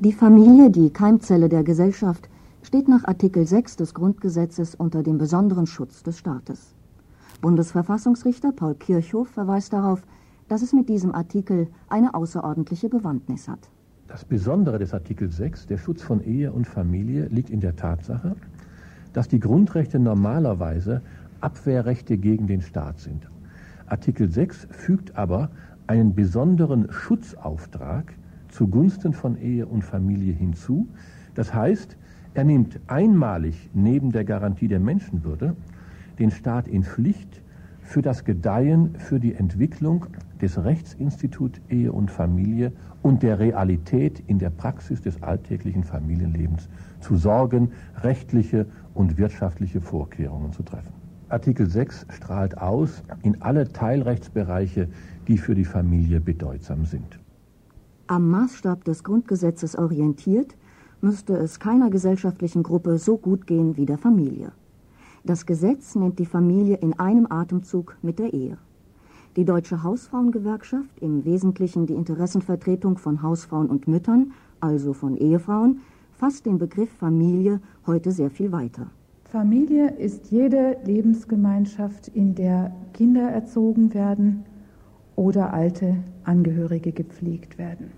Die Familie, die Keimzelle der Gesellschaft, steht nach Artikel 6 des Grundgesetzes unter dem besonderen Schutz des Staates. Bundesverfassungsrichter Paul Kirchhoff verweist darauf, dass es mit diesem Artikel eine außerordentliche Bewandtnis hat. Das Besondere des Artikel 6, der Schutz von Ehe und Familie, liegt in der Tatsache, dass die Grundrechte normalerweise Abwehrrechte gegen den Staat sind. Artikel 6 fügt aber einen besonderen Schutzauftrag zugunsten von Ehe und Familie hinzu. Das heißt, er nimmt einmalig neben der Garantie der Menschenwürde den Staat in Pflicht für das Gedeihen, für die Entwicklung des Rechtsinstituts Ehe und Familie und der Realität in der Praxis des alltäglichen Familienlebens zu sorgen, rechtliche und wirtschaftliche Vorkehrungen zu treffen. Artikel 6 strahlt aus in alle Teilrechtsbereiche, die für die Familie bedeutsam sind. Am Maßstab des Grundgesetzes orientiert, müsste es keiner gesellschaftlichen Gruppe so gut gehen wie der Familie. Das Gesetz nennt die Familie in einem Atemzug mit der Ehe. Die Deutsche Hausfrauengewerkschaft, im Wesentlichen die Interessenvertretung von Hausfrauen und Müttern, also von Ehefrauen, fasst den Begriff Familie heute sehr viel weiter. Familie ist jede Lebensgemeinschaft, in der Kinder erzogen werden oder alte Angehörige gepflegt werden.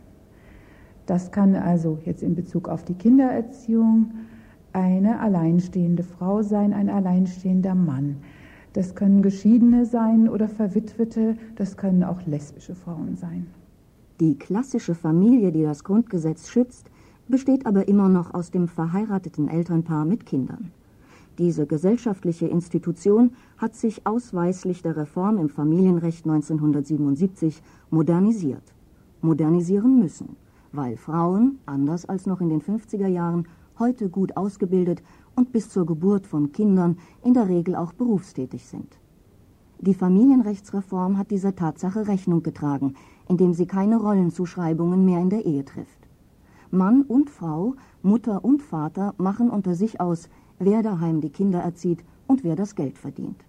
Das kann also jetzt in Bezug auf die Kindererziehung eine alleinstehende Frau sein, ein alleinstehender Mann. Das können Geschiedene sein oder Verwitwete, das können auch lesbische Frauen sein. Die klassische Familie, die das Grundgesetz schützt, besteht aber immer noch aus dem verheirateten Elternpaar mit Kindern. Diese gesellschaftliche Institution hat sich ausweislich der Reform im Familienrecht 1977 modernisiert. Modernisieren müssen, weil Frauen, anders als noch in den 50er Jahren, heute gut ausgebildet und bis zur Geburt von Kindern in der Regel auch berufstätig sind. Die Familienrechtsreform hat dieser Tatsache Rechnung getragen, indem sie keine Rollenzuschreibungen mehr in der Ehe trifft. Mann und Frau, Mutter und Vater machen unter sich aus, wer daheim die Kinder erzieht und wer das Geld verdient.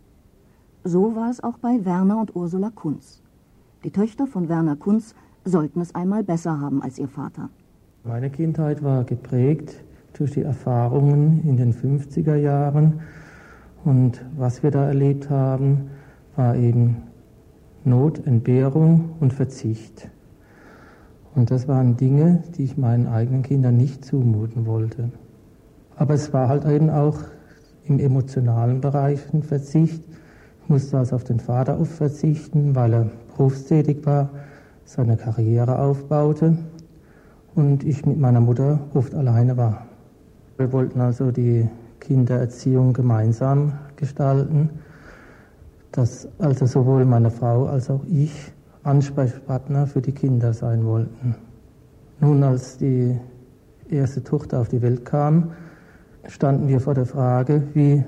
So war es auch bei Werner und Ursula Kunz. Die Töchter von Werner Kunz sollten es einmal besser haben als ihr Vater. Meine Kindheit war geprägt durch die Erfahrungen in den 50er Jahren. Und was wir da erlebt haben, war eben Not, Entbehrung und Verzicht. Und das waren Dinge, die ich meinen eigenen Kindern nicht zumuten wollte. Aber es war halt eben auch im emotionalen Bereich ein Verzicht. Ich musste also auf den Vater oft verzichten, weil er berufstätig war, seine Karriere aufbaute und ich mit meiner Mutter oft alleine war. Wir wollten also die Kindererziehung gemeinsam gestalten, dass also sowohl meine Frau als auch ich Ansprechpartner für die Kinder sein wollten. Nun, als die erste Tochter auf die Welt kam, standen wir vor der Frage, wie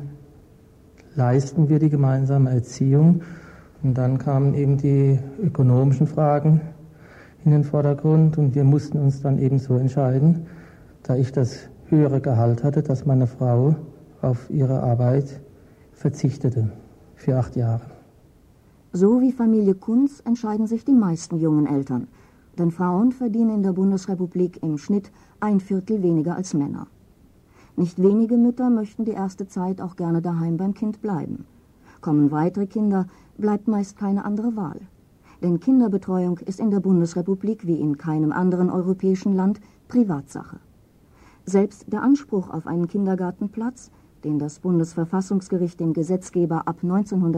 leisten wir die gemeinsame Erziehung? Und dann kamen eben die ökonomischen Fragen in den Vordergrund und wir mussten uns dann eben so entscheiden, da ich das höhere Gehalt hatte, dass meine Frau auf ihre Arbeit verzichtete für 8 Jahre. So wie Familie Kunz entscheiden sich die meisten jungen Eltern, denn Frauen verdienen in der Bundesrepublik im Schnitt 1/4 weniger als Männer. Nicht wenige Mütter möchten die erste Zeit auch gerne daheim beim Kind bleiben. Kommen weitere Kinder, bleibt meist keine andere Wahl. Denn Kinderbetreuung ist in der Bundesrepublik wie in keinem anderen europäischen Land Privatsache. Selbst der Anspruch auf einen Kindergartenplatz, den das Bundesverfassungsgericht dem Gesetzgeber ab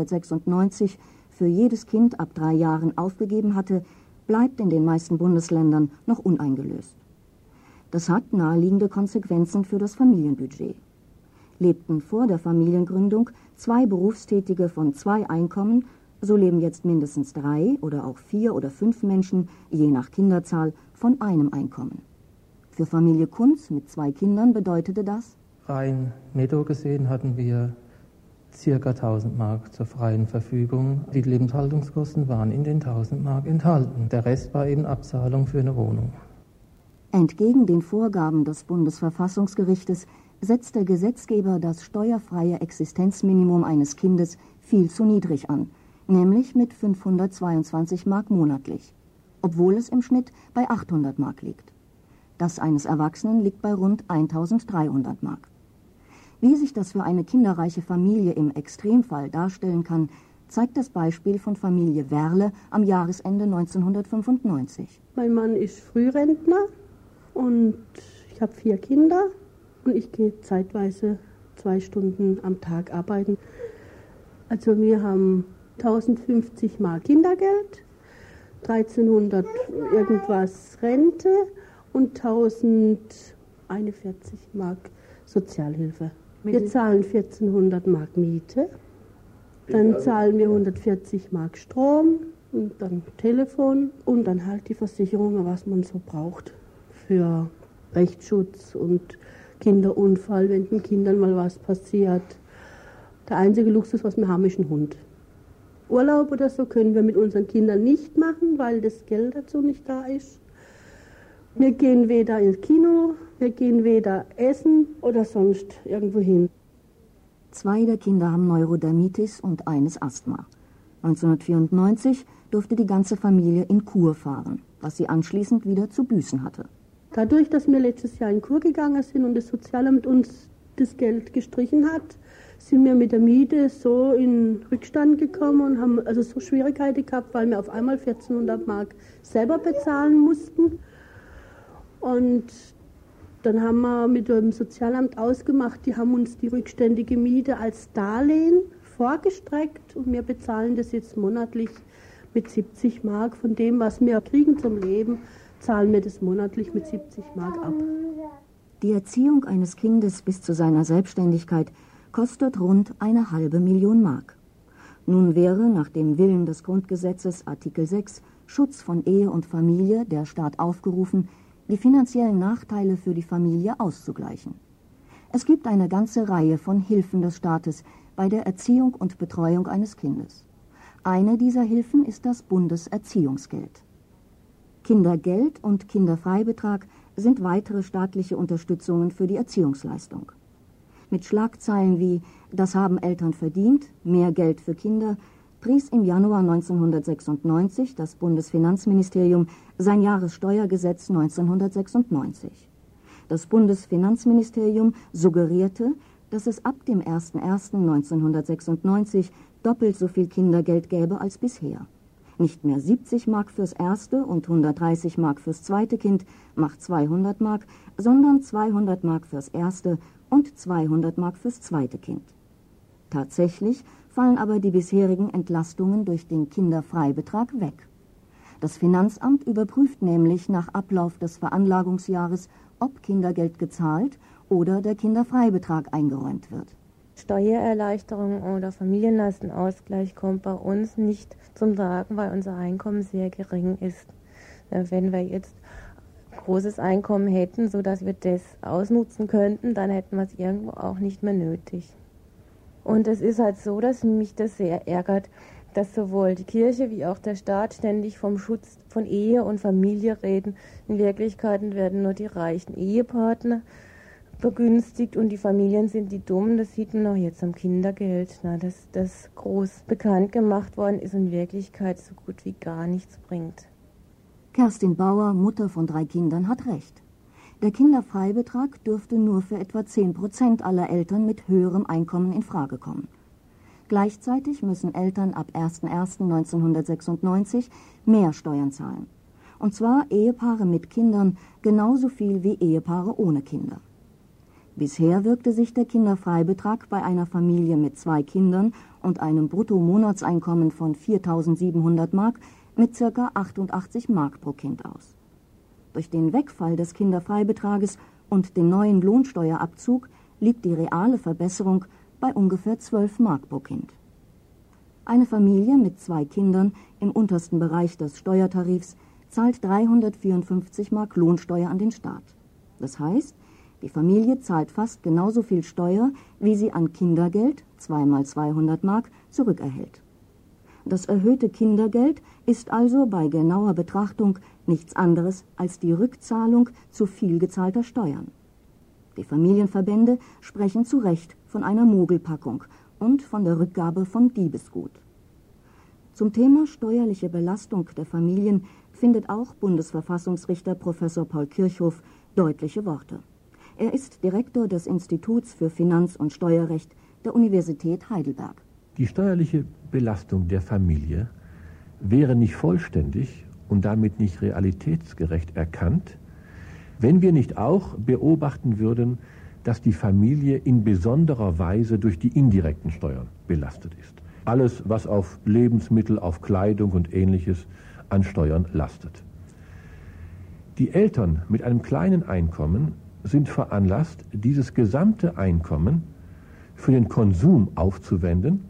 1996 für jedes Kind ab 3 Jahren aufgegeben hatte, bleibt in den meisten Bundesländern noch uneingelöst. Das hat naheliegende Konsequenzen für das Familienbudget. Lebten vor der Familiengründung 2 Berufstätige von 2 Einkommen, so leben jetzt mindestens 3 oder auch 4 oder 5 Menschen, je nach Kinderzahl, von einem Einkommen. Für Familie Kunz mit 2 Kindern bedeutete das: Rein netto gesehen hatten wir ca. 1000 Mark zur freien Verfügung. Die Lebenshaltungskosten waren in den 1000 Mark enthalten. Der Rest war eben Abzahlung für eine Wohnung. Entgegen den Vorgaben des Bundesverfassungsgerichtes setzt der Gesetzgeber das steuerfreie Existenzminimum eines Kindes viel zu niedrig an, nämlich mit 522 Mark monatlich, obwohl es im Schnitt bei 800 Mark liegt. Das eines Erwachsenen liegt bei rund 1.300 Mark. Wie sich das für eine kinderreiche Familie im Extremfall darstellen kann, zeigt das Beispiel von Familie Werle am Jahresende 1995. Mein Mann ist Frührentner und ich habe 4 Kinder und ich gehe zeitweise 2 Stunden am Tag arbeiten. Also wir haben 1050 Mark Kindergeld, 1300 irgendwas Rente und 1041 Mark Sozialhilfe. Wir zahlen 1400 Mark Miete, dann zahlen wir 140 Mark Strom und dann Telefon und dann halt die Versicherungen, was man so braucht für Rechtsschutz und Kinderunfall, wenn den Kindern mal was passiert. Der einzige Luxus, was wir haben, ist ein Hund. Urlaub oder so können wir mit unseren Kindern nicht machen, weil das Geld dazu nicht da ist. Wir gehen weder ins Kino, wir gehen weder essen oder sonst irgendwo hin. 2 der Kinder haben Neurodermitis und eines Asthma. 1994 durfte die ganze Familie in Kur fahren, was sie anschließend wieder zu büßen hatte. Dadurch, dass wir letztes Jahr in Kur gegangen sind und das Sozialamt uns das Geld gestrichen hat, sind wir mit der Miete so in Rückstand gekommen und haben also so Schwierigkeiten gehabt, weil wir auf einmal 1400 Mark selber bezahlen mussten. Und dann haben wir mit dem Sozialamt ausgemacht, die haben uns die rückständige Miete als Darlehen vorgestreckt und wir bezahlen das jetzt monatlich mit 70 Mark. Von dem, was wir kriegen zum Leben, zahlen wir das monatlich mit 70 Mark ab. Die Erziehung eines Kindes bis zu seiner Selbstständigkeit kostet rund 500.000 Mark. Nun wäre nach dem Willen des Grundgesetzes Artikel 6 Schutz von Ehe und Familie der Staat aufgerufen, die finanziellen Nachteile für die Familie auszugleichen. Es gibt eine ganze Reihe von Hilfen des Staates bei der Erziehung und Betreuung eines Kindes. Eine dieser Hilfen ist das Bundeserziehungsgeld. Kindergeld und Kinderfreibetrag sind weitere staatliche Unterstützungen für die Erziehungsleistung. Mit Schlagzeilen wie »Das haben Eltern verdient«, »Mehr Geld für Kinder« pries im Januar 1996 das Bundesfinanzministerium sein Jahressteuergesetz 1996. Das Bundesfinanzministerium suggerierte, dass es ab dem 01.01.1996 doppelt so viel Kindergeld gäbe als bisher. Nicht mehr 70 Mark fürs erste und 130 Mark fürs zweite Kind macht 200 Mark, sondern 200 Mark fürs erste und 200 Mark fürs zweite Kind. Tatsächlich fallen aber die bisherigen Entlastungen durch den Kinderfreibetrag weg. Das Finanzamt überprüft nämlich nach Ablauf des Veranlagungsjahres, ob Kindergeld gezahlt oder der Kinderfreibetrag eingeräumt wird. Steuererleichterung oder Familienlastenausgleich kommt bei uns nicht zum Tragen, weil unser Einkommen sehr gering ist. Wenn wir jetzt großes Einkommen hätten, sodass wir das ausnutzen könnten, dann hätten wir es irgendwo auch nicht mehr nötig. Und es ist halt so, dass mich das sehr ärgert, dass sowohl die Kirche wie auch der Staat ständig vom Schutz von Ehe und Familie reden. In Wirklichkeit werden nur die reichen Ehepartner begünstigt und die Familien sind die Dummen. Das sieht man auch jetzt am Kindergeld, dass das groß bekannt gemacht worden ist und in Wirklichkeit so gut wie gar nichts bringt. Kerstin Bauer, Mutter von 3 Kindern, hat recht. Der Kinderfreibetrag dürfte nur für etwa 10% aller Eltern mit höherem Einkommen in Frage kommen. Gleichzeitig müssen Eltern ab 01.01.1996 mehr Steuern zahlen. Und zwar Ehepaare mit Kindern genauso viel wie Ehepaare ohne Kinder. Bisher wirkte sich der Kinderfreibetrag bei einer Familie mit 2 Kindern und einem Bruttomonatseinkommen von 4.700 Mark mit ca. 88 Mark pro Kind aus. Durch den Wegfall des Kinderfreibetrages und den neuen Lohnsteuerabzug liegt die reale Verbesserung bei ungefähr 12 Mark pro Kind. Eine Familie mit 2 Kindern im untersten Bereich des Steuertarifs zahlt 354 Mark Lohnsteuer an den Staat. Das heißt, die Familie zahlt fast genauso viel Steuer, wie sie an Kindergeld, 2 mal 200 Mark, zurückerhält. Das erhöhte Kindergeld ist also bei genauer Betrachtung nichts anderes als die Rückzahlung zu viel gezahlter Steuern. Die Familienverbände sprechen zu Recht von einer Mogelpackung und von der Rückgabe von Diebesgut. Zum Thema steuerliche Belastung der Familien findet auch Bundesverfassungsrichter Professor Paul Kirchhoff Deutliche Worte. Er ist Direktor des Instituts für Finanz- und Steuerrecht der Universität Heidelberg. Die steuerliche Belastung der Familie wäre nicht vollständig und damit nicht realitätsgerecht erkannt, wenn wir nicht auch beobachten würden, dass die Familie in besonderer Weise durch die indirekten Steuern belastet ist. Alles, was auf Lebensmittel, auf Kleidung und Ähnliches an Steuern lastet. Die Eltern mit einem kleinen Einkommen sind veranlasst, dieses gesamte Einkommen für den Konsum aufzuwenden,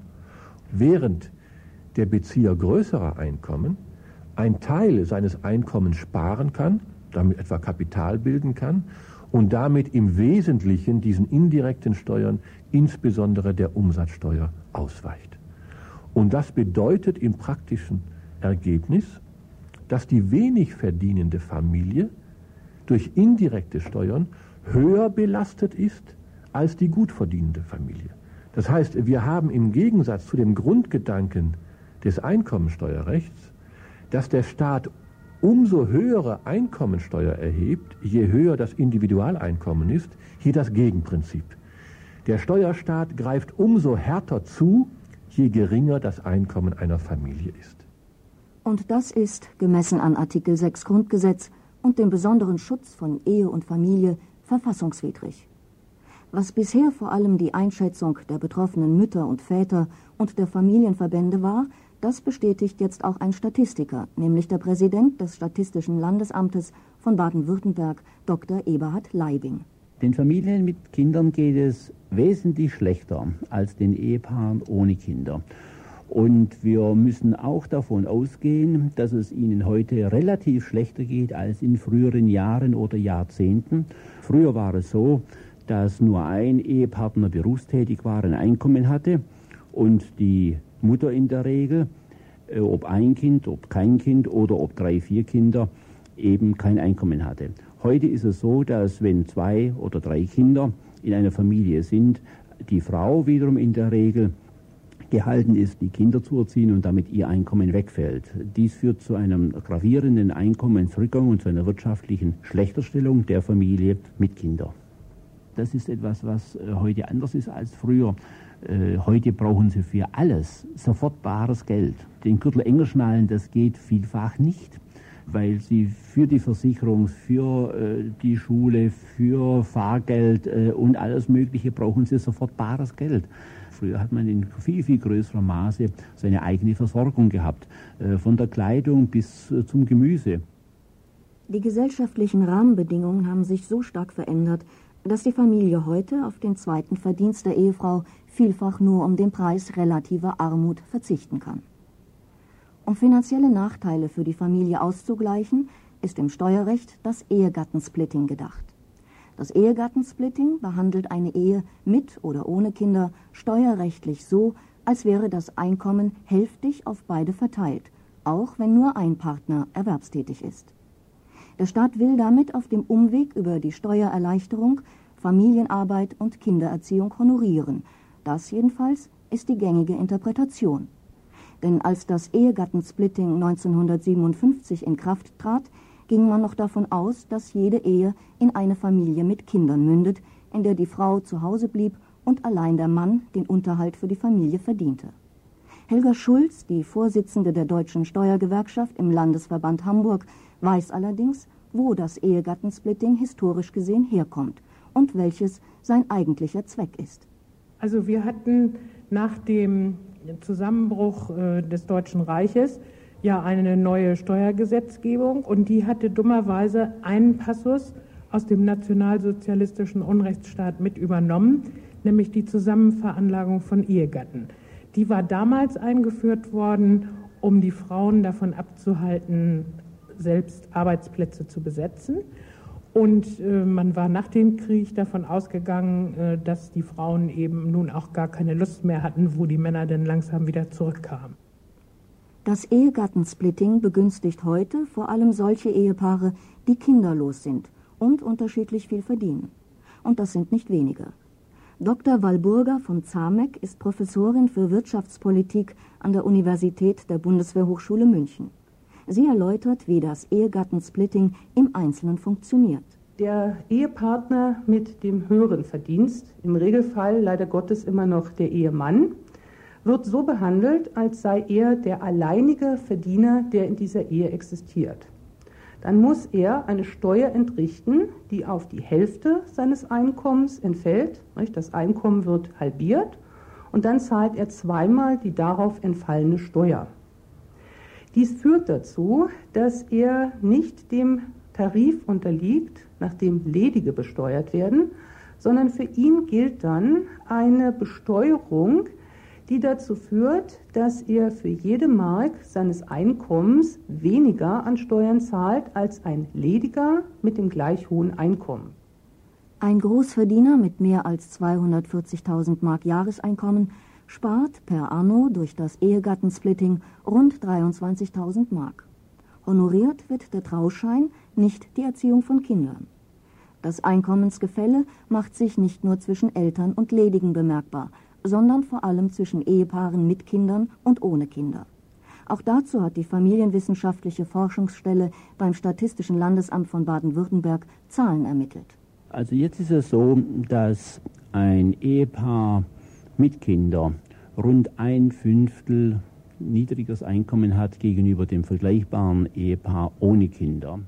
während der Bezieher größerer Einkommen einen Teil seines Einkommens sparen kann, damit etwa Kapital bilden kann und damit im Wesentlichen diesen indirekten Steuern, insbesondere der Umsatzsteuer, ausweicht. Und das bedeutet im praktischen Ergebnis, dass die wenig verdienende Familie durch indirekte Steuern höher belastet ist als die gut verdienende Familie. Das heißt, wir haben im Gegensatz zu dem Grundgedanken des Einkommensteuerrechts, dass der Staat umso höhere Einkommensteuer erhebt, je höher das Individualeinkommen ist, hier das Gegenprinzip. Der Steuerstaat greift umso härter zu, je geringer das Einkommen einer Familie ist. Und das ist, gemessen an Artikel 6 Grundgesetz und dem besonderen Schutz von Ehe und Familie, verfassungswidrig. Was bisher vor allem die Einschätzung der betroffenen Mütter und Väter und der Familienverbände war, das bestätigt jetzt auch ein Statistiker, nämlich der Präsident des Statistischen Landesamtes von Baden-Württemberg, Dr. Eberhard Leibing. Den Familien mit Kindern geht es wesentlich schlechter als den Ehepaaren ohne Kinder. Und wir müssen auch davon ausgehen, dass es ihnen heute relativ schlechter geht als in früheren Jahren oder Jahrzehnten. Früher war es so, dass nur ein Ehepartner berufstätig war, ein Einkommen hatte und die Mutter in der Regel, ob ein Kind, ob kein Kind oder ob 3, 4 Kinder, eben kein Einkommen hatte. Heute ist es so, dass wenn 2 oder 3 Kinder in einer Familie sind, die Frau wiederum in der Regel gehalten ist, die Kinder zu erziehen und damit ihr Einkommen wegfällt. Dies führt zu einem gravierenden Einkommensrückgang und zu einer wirtschaftlichen Schlechterstellung der Familie mit Kindern. Das ist etwas, was heute anders ist als früher. Heute brauchen sie für alles sofort bares Geld. Den Gürtel enger schnallen, das geht vielfach nicht, weil sie für die Versicherung, für die Schule, für Fahrgeld und alles Mögliche brauchen sie sofort bares Geld. Früher hat man in viel, viel größerem Maße seine eigene Versorgung gehabt, von der Kleidung bis zum Gemüse. Die gesellschaftlichen Rahmenbedingungen haben sich so stark verändert, dass die Familie heute auf den zweiten Verdienst der Ehefrau vielfach nur um den Preis relativer Armut verzichten kann. Um finanzielle Nachteile für die Familie auszugleichen, ist im Steuerrecht das Ehegattensplitting gedacht. Das Ehegattensplitting behandelt eine Ehe mit oder ohne Kinder steuerrechtlich so, als wäre das Einkommen hälftig auf beide verteilt, auch wenn nur ein Partner erwerbstätig ist. Der Staat will damit auf dem Umweg über die Steuererleichterung Familienarbeit und Kindererziehung honorieren. Das jedenfalls ist die gängige Interpretation. Denn als das Ehegattensplitting 1957 in Kraft trat, ging man noch davon aus, dass jede Ehe in eine Familie mit Kindern mündet, in der die Frau zu Hause blieb und allein der Mann den Unterhalt für die Familie verdiente. Helga Schulz, die Vorsitzende der Deutschen Steuergewerkschaft im Landesverband Hamburg, weiß allerdings, wo das Ehegattensplitting historisch gesehen herkommt und welches sein eigentlicher Zweck ist. Also wir hatten nach dem Zusammenbruch des Deutschen Reiches ja eine neue Steuergesetzgebung und die hatte dummerweise einen Passus aus dem nationalsozialistischen Unrechtsstaat mit übernommen, nämlich die Zusammenveranlagung von Ehegatten. Die war damals eingeführt worden, um die Frauen davon abzuhalten, selbst Arbeitsplätze zu besetzen. Und man war nach dem Krieg davon ausgegangen, dass die Frauen eben nun auch gar keine Lust mehr hatten, wo die Männer dann langsam wieder zurückkamen. Das Ehegattensplitting begünstigt heute vor allem solche Ehepaare, die kinderlos sind und unterschiedlich viel verdienen. Und das sind nicht wenige. Dr. Walburga von Zamek ist Professorin für Wirtschaftspolitik an der Universität der Bundeswehrhochschule München. Sie erläutert, wie das Ehegattensplitting im Einzelnen funktioniert. Der Ehepartner mit dem höheren Verdienst, im Regelfall leider Gottes immer noch der Ehemann, wird so behandelt, als sei er der alleinige Verdiener, der in dieser Ehe existiert. Dann muss er eine Steuer entrichten, die auf die Hälfte seines Einkommens entfällt. Das Einkommen wird halbiert und dann zahlt er zweimal die darauf entfallene Steuer. Dies führt dazu, dass er nicht dem Tarif unterliegt, nach dem Ledige besteuert werden, sondern für ihn gilt dann eine Besteuerung, die dazu führt, dass er für jede Mark seines Einkommens weniger an Steuern zahlt als ein Lediger mit dem gleich hohen Einkommen. Ein Großverdiener mit mehr als 240.000 Mark Jahreseinkommen spart per anno durch das Ehegattensplitting rund 23.000 Mark. Honoriert wird der Trauschein, nicht die Erziehung von Kindern. Das Einkommensgefälle macht sich nicht nur zwischen Eltern und Ledigen bemerkbar, sondern vor allem zwischen Ehepaaren mit Kindern und ohne Kinder. Auch dazu hat die Familienwissenschaftliche Forschungsstelle beim Statistischen Landesamt von Baden-Württemberg Zahlen ermittelt. Also jetzt ist es so, dass ein Ehepaar mit Kindern rund 1/5 niedrigeres Einkommen hat gegenüber dem vergleichbaren Ehepaar ohne Kinder.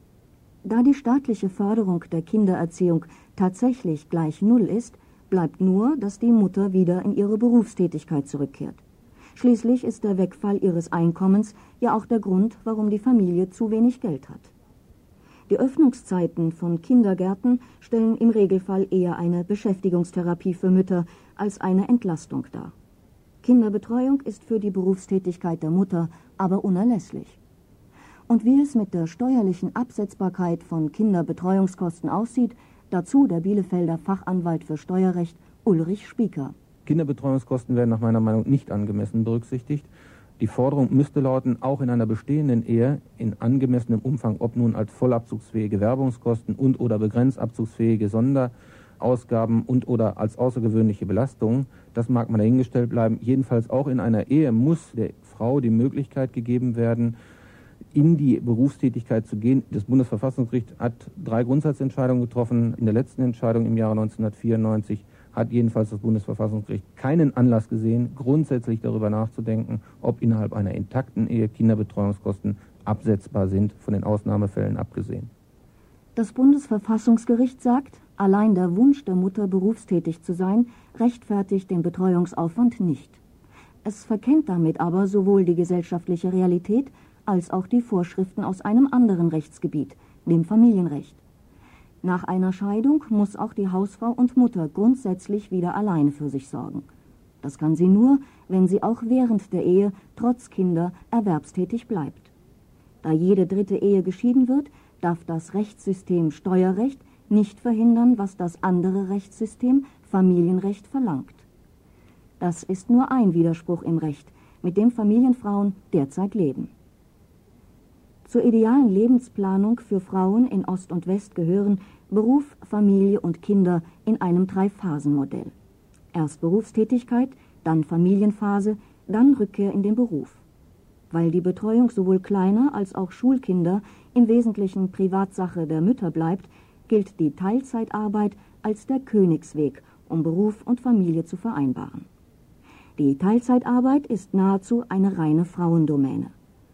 Da die staatliche Förderung der Kindererziehung tatsächlich gleich null ist, bleibt nur, dass die Mutter wieder in ihre Berufstätigkeit zurückkehrt. Schließlich ist der Wegfall ihres Einkommens ja auch der Grund, warum die Familie zu wenig Geld hat. Die Öffnungszeiten von Kindergärten stellen im Regelfall eher eine Beschäftigungstherapie für Mütter als eine Entlastung dar. Kinderbetreuung ist für die Berufstätigkeit der Mutter aber unerlässlich. Und wie es mit der steuerlichen Absetzbarkeit von Kinderbetreuungskosten aussieht, dazu der Bielefelder Fachanwalt für Steuerrecht Ulrich Spieker. Kinderbetreuungskosten werden nach meiner Meinung nicht angemessen berücksichtigt. Die Forderung müsste lauten, auch in einer bestehenden Ehe in angemessenem Umfang, ob nun als vollabzugsfähige Werbungskosten und oder begrenzt abzugsfähige Sonderausgaben und oder als außergewöhnliche Belastungen, das mag mal dahingestellt bleiben. Jedenfalls auch in einer Ehe muss der Frau die Möglichkeit gegeben werden, in die Berufstätigkeit zu gehen. Das Bundesverfassungsgericht hat 3 Grundsatzentscheidungen getroffen. In der letzten Entscheidung im Jahre 1994 hat jedenfalls das Bundesverfassungsgericht keinen Anlass gesehen, grundsätzlich darüber nachzudenken, ob innerhalb einer intakten Ehe Kinderbetreuungskosten absetzbar sind, von den Ausnahmefällen abgesehen. Das Bundesverfassungsgericht sagt, allein der Wunsch der Mutter, berufstätig zu sein, rechtfertigt den Betreuungsaufwand nicht. Es verkennt damit aber sowohl die gesellschaftliche Realität als auch die Vorschriften aus einem anderen Rechtsgebiet, dem Familienrecht. Nach einer Scheidung muss auch die Hausfrau und Mutter grundsätzlich wieder alleine für sich sorgen. Das kann sie nur, wenn sie auch während der Ehe trotz Kinder erwerbstätig bleibt. Da jede dritte Ehe geschieden wird, darf das Rechtssystem Steuerrecht nicht verhindern, was das andere Rechtssystem Familienrecht verlangt. Das ist nur ein Widerspruch im Recht, mit dem Familienfrauen derzeit leben. Zur idealen Lebensplanung für Frauen in Ost und West gehören Beruf, Familie und Kinder in einem 3-Phasen-Modell. Erst Berufstätigkeit, dann Familienphase, dann Rückkehr in den Beruf. Weil die Betreuung sowohl kleiner als auch Schulkinder im Wesentlichen Privatsache der Mütter bleibt, gilt die Teilzeitarbeit als der Königsweg, um Beruf und Familie zu vereinbaren. Die Teilzeitarbeit ist nahezu eine reine Frauendomäne.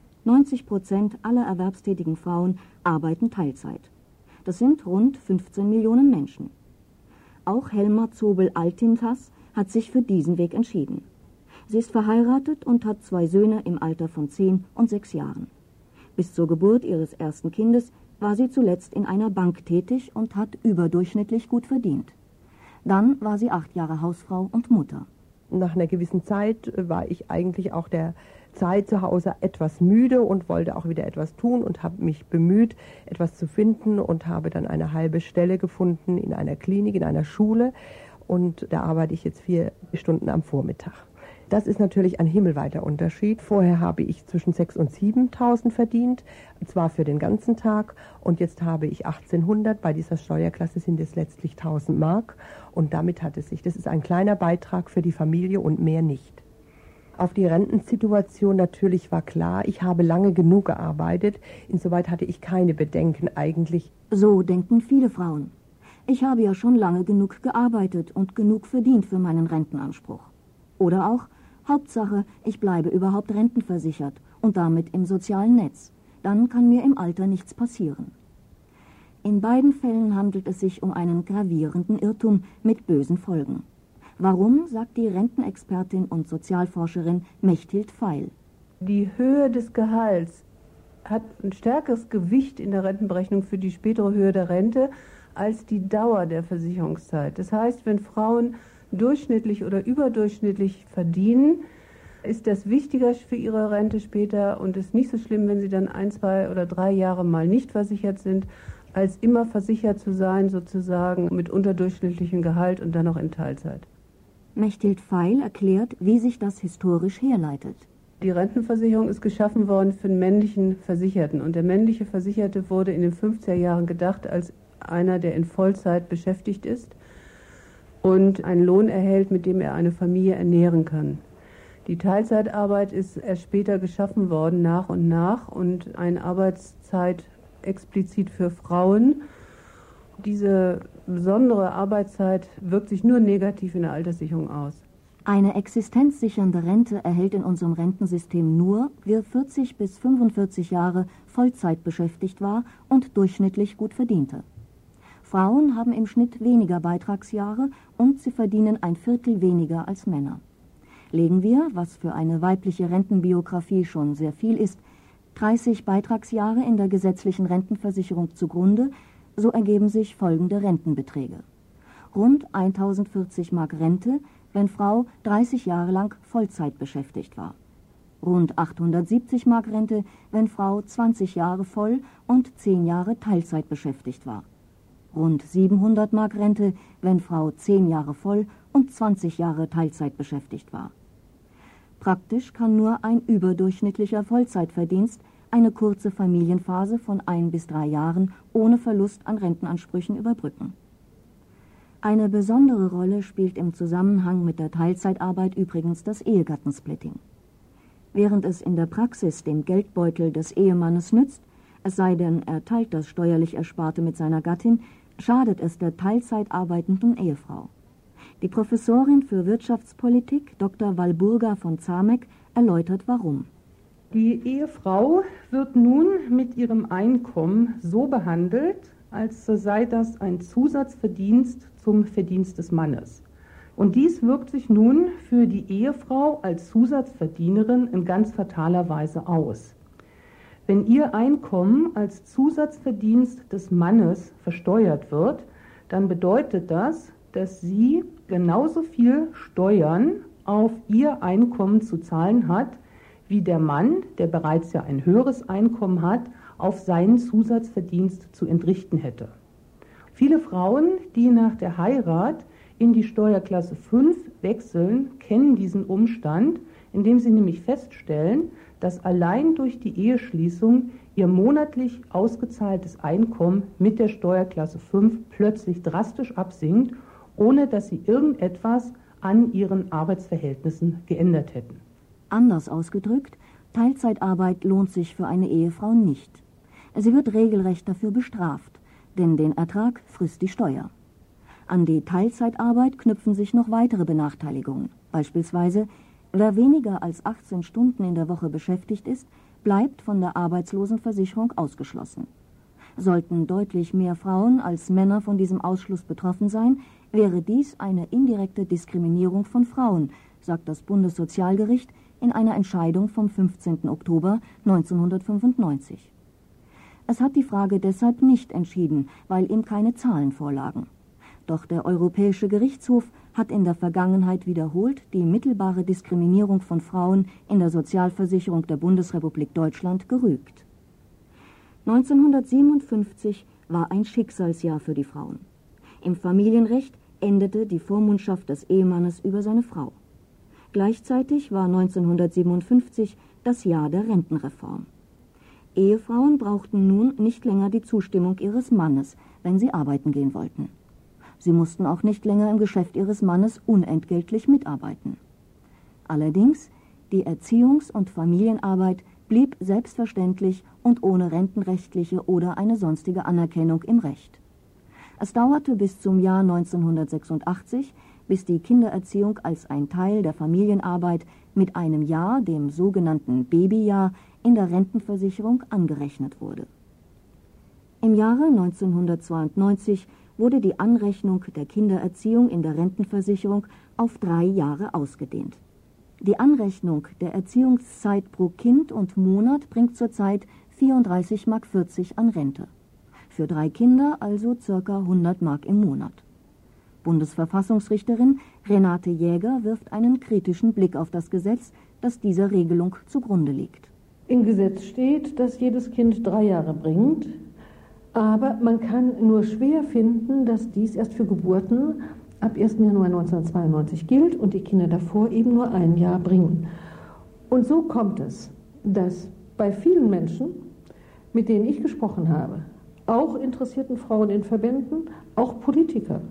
90% aller erwerbstätigen Frauen arbeiten Teilzeit. Das sind rund 15 Millionen Menschen. Auch Helma Zobel-Altintas hat sich für diesen Weg entschieden. Sie ist verheiratet und hat 2 Söhne im Alter von 10 und 6 Jahren. Bis zur Geburt ihres ersten Kindes war sie zuletzt in einer Bank tätig und hat überdurchschnittlich gut verdient. Dann war sie 8 Jahre Hausfrau und Mutter. Nach einer gewissen Zeit war ich eigentlich auch der Zeit zu Hause etwas müde und wollte auch wieder etwas tun und habe mich bemüht, etwas zu finden und habe dann eine halbe Stelle gefunden in einer Klinik, in einer Schule, und da arbeite ich jetzt 4 Stunden am Vormittag. Das ist natürlich ein himmelweiter Unterschied. Vorher habe ich zwischen 6.000 und 7.000 verdient, zwar für den ganzen Tag, und jetzt habe ich 1.800. Bei dieser Steuerklasse sind es letztlich 1.000 Mark, und damit hat es sich. Das ist ein kleiner Beitrag für die Familie und mehr nicht. Auf die Rentensituation natürlich war klar, ich habe lange genug gearbeitet, insoweit hatte ich keine Bedenken eigentlich. So denken viele Frauen. Ich habe ja schon lange genug gearbeitet und genug verdient für meinen Rentenanspruch. Oder auch, Hauptsache, ich bleibe überhaupt rentenversichert und damit im sozialen Netz. Dann kann mir im Alter nichts passieren. In beiden Fällen handelt es sich um einen gravierenden Irrtum mit bösen Folgen. Warum, sagt die Rentenexpertin und Sozialforscherin Mechthild Pfeil. Die Höhe des Gehalts hat ein stärkeres Gewicht in der Rentenberechnung für die spätere Höhe der Rente als die Dauer der Versicherungszeit. Das heißt, wenn Frauen durchschnittlich oder überdurchschnittlich verdienen, ist das wichtiger für ihre Rente später und ist nicht so schlimm, wenn sie dann 1, 2 oder 3 Jahre mal nicht versichert sind, als immer versichert zu sein, sozusagen mit unterdurchschnittlichem Gehalt und dann noch in Teilzeit. Mechthild Pfeil erklärt, wie sich das historisch herleitet. Die Rentenversicherung ist geschaffen worden für den männlichen Versicherten. Und der männliche Versicherte wurde in den 50er Jahren gedacht als einer, der in Vollzeit beschäftigt ist und einen Lohn erhält, mit dem er eine Familie ernähren kann. Die Teilzeitarbeit ist erst später geschaffen worden, nach und eine Arbeitszeit explizit für Frauen. Diese besondere Arbeitszeit wirkt sich nur negativ in der Alterssicherung aus. Eine existenzsichernde Rente erhält in unserem Rentensystem nur, wer 40 bis 45 Jahre Vollzeit beschäftigt war und durchschnittlich gut verdiente. Frauen haben im Schnitt weniger Beitragsjahre und sie verdienen 1/4 weniger als Männer. Legen wir, was für eine weibliche Rentenbiografie schon sehr viel ist, 30 Beitragsjahre in der gesetzlichen Rentenversicherung zugrunde, so ergeben sich folgende Rentenbeträge. Rund 1.040 Mark Rente, wenn Frau 30 Jahre lang Vollzeit beschäftigt war. Rund 870 Mark Rente, wenn Frau 20 Jahre voll und 10 Jahre Teilzeit beschäftigt war. Rund 700 Mark Rente, wenn Frau 10 Jahre voll und 20 Jahre Teilzeit beschäftigt war. Praktisch kann nur ein überdurchschnittlicher Vollzeitverdienst eine kurze Familienphase von 1 bis 3 Jahren ohne Verlust an Rentenansprüchen überbrücken. Eine besondere Rolle spielt im Zusammenhang mit der Teilzeitarbeit übrigens das Ehegattensplitting. Während es in der Praxis dem Geldbeutel des Ehemannes nützt, es sei denn, er teilt das steuerlich Ersparte mit seiner Gattin, schadet es der Teilzeit arbeitenden Ehefrau. Die Professorin für Wirtschaftspolitik, Dr. Walburga von Zamek, erläutert warum. Die Ehefrau wird nun mit ihrem Einkommen so behandelt, als sei das ein Zusatzverdienst zum Verdienst des Mannes. Und dies wirkt sich nun für die Ehefrau als Zusatzverdienerin in ganz fataler Weise aus. Wenn ihr Einkommen als Zusatzverdienst des Mannes versteuert wird, dann bedeutet das, dass sie genauso viel Steuern auf ihr Einkommen zu zahlen hat, wie der Mann, der bereits ja ein höheres Einkommen hat, auf seinen Zusatzverdienst zu entrichten hätte. Viele Frauen, die nach der Heirat in die Steuerklasse 5 wechseln, kennen diesen Umstand, indem sie nämlich feststellen, dass allein durch die Eheschließung ihr monatlich ausgezahltes Einkommen mit der Steuerklasse 5 plötzlich drastisch absinkt, ohne dass sie irgendetwas an ihren Arbeitsverhältnissen geändert hätten. Anders ausgedrückt, Teilzeitarbeit lohnt sich für eine Ehefrau nicht. Sie wird regelrecht dafür bestraft, denn den Ertrag frisst die Steuer. An die Teilzeitarbeit knüpfen sich noch weitere Benachteiligungen. Beispielsweise, wer weniger als 18 Stunden in der Woche beschäftigt ist, bleibt von der Arbeitslosenversicherung ausgeschlossen. Sollten deutlich mehr Frauen als Männer von diesem Ausschluss betroffen sein, wäre dies eine indirekte Diskriminierung von Frauen, sagt das Bundessozialgericht in einer Entscheidung vom 15. Oktober 1995. Es hat die Frage deshalb nicht entschieden, weil ihm keine Zahlen vorlagen. Doch der Europäische Gerichtshof hat in der Vergangenheit wiederholt die mittelbare Diskriminierung von Frauen in der Sozialversicherung der Bundesrepublik Deutschland gerügt. 1957 war ein Schicksalsjahr für die Frauen. Im Familienrecht endete die Vormundschaft des Ehemannes über seine Frau. Gleichzeitig war 1957 das Jahr der Rentenreform. Ehefrauen brauchten nun nicht länger die Zustimmung ihres Mannes, wenn sie arbeiten gehen wollten. Sie mussten auch nicht länger im Geschäft ihres Mannes unentgeltlich mitarbeiten. Allerdings, Die Erziehungs- und Familienarbeit blieb selbstverständlich und ohne rentenrechtliche oder eine sonstige Anerkennung im Recht. Es dauerte bis zum Jahr 1986, bis die Kindererziehung als ein Teil der Familienarbeit mit einem Jahr, dem sogenannten Babyjahr, in der Rentenversicherung angerechnet wurde. Im Jahre 1992 wurde die Anrechnung der Kindererziehung in der Rentenversicherung auf 3 Jahre ausgedehnt. Die Anrechnung der Erziehungszeit pro Kind und Monat bringt zurzeit 34,40 Mark an Rente. Für 3 Kinder also ca. 100 Mark im Monat. Bundesverfassungsrichterin Renate Jäger wirft einen kritischen Blick auf das Gesetz, das dieser Regelung zugrunde liegt. Im Gesetz steht, dass jedes Kind 3 Jahre bringt, aber man kann nur schwer finden, dass dies erst für Geburten ab 1. Januar 1992 gilt und die Kinder davor eben nur 1 Jahr bringen. Und so kommt es, dass bei vielen Menschen, mit denen ich gesprochen habe, auch interessierten Frauen in Verbänden, auch Politiker,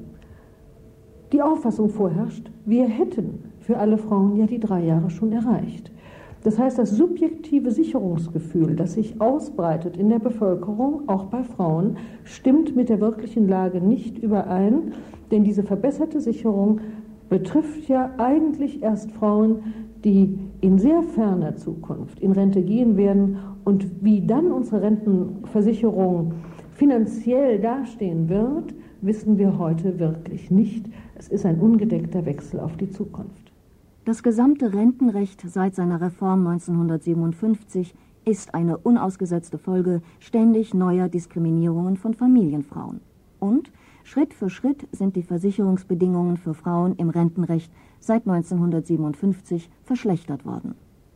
die Auffassung vorherrscht, wir hätten für alle Frauen ja die 3 Jahre schon erreicht. Das heißt, das subjektive Sicherungsgefühl, das sich ausbreitet in der Bevölkerung, auch bei Frauen, stimmt mit der wirklichen Lage nicht überein, denn diese verbesserte Sicherung betrifft ja eigentlich erst Frauen, die in sehr ferner Zukunft in Rente gehen werden, und wie dann unsere Rentenversicherung finanziell dastehen wird, wissen wir heute wirklich nicht. Es ist ein ungedeckter Wechsel auf die Zukunft. Das gesamte Rentenrecht seit seiner Reform 1957 ist eine unausgesetzte Folge ständig neuer Diskriminierungen von Familienfrauen. Und Schritt für Schritt sind die Versicherungsbedingungen für Frauen im Rentenrecht seit 1957 verschlechtert worden.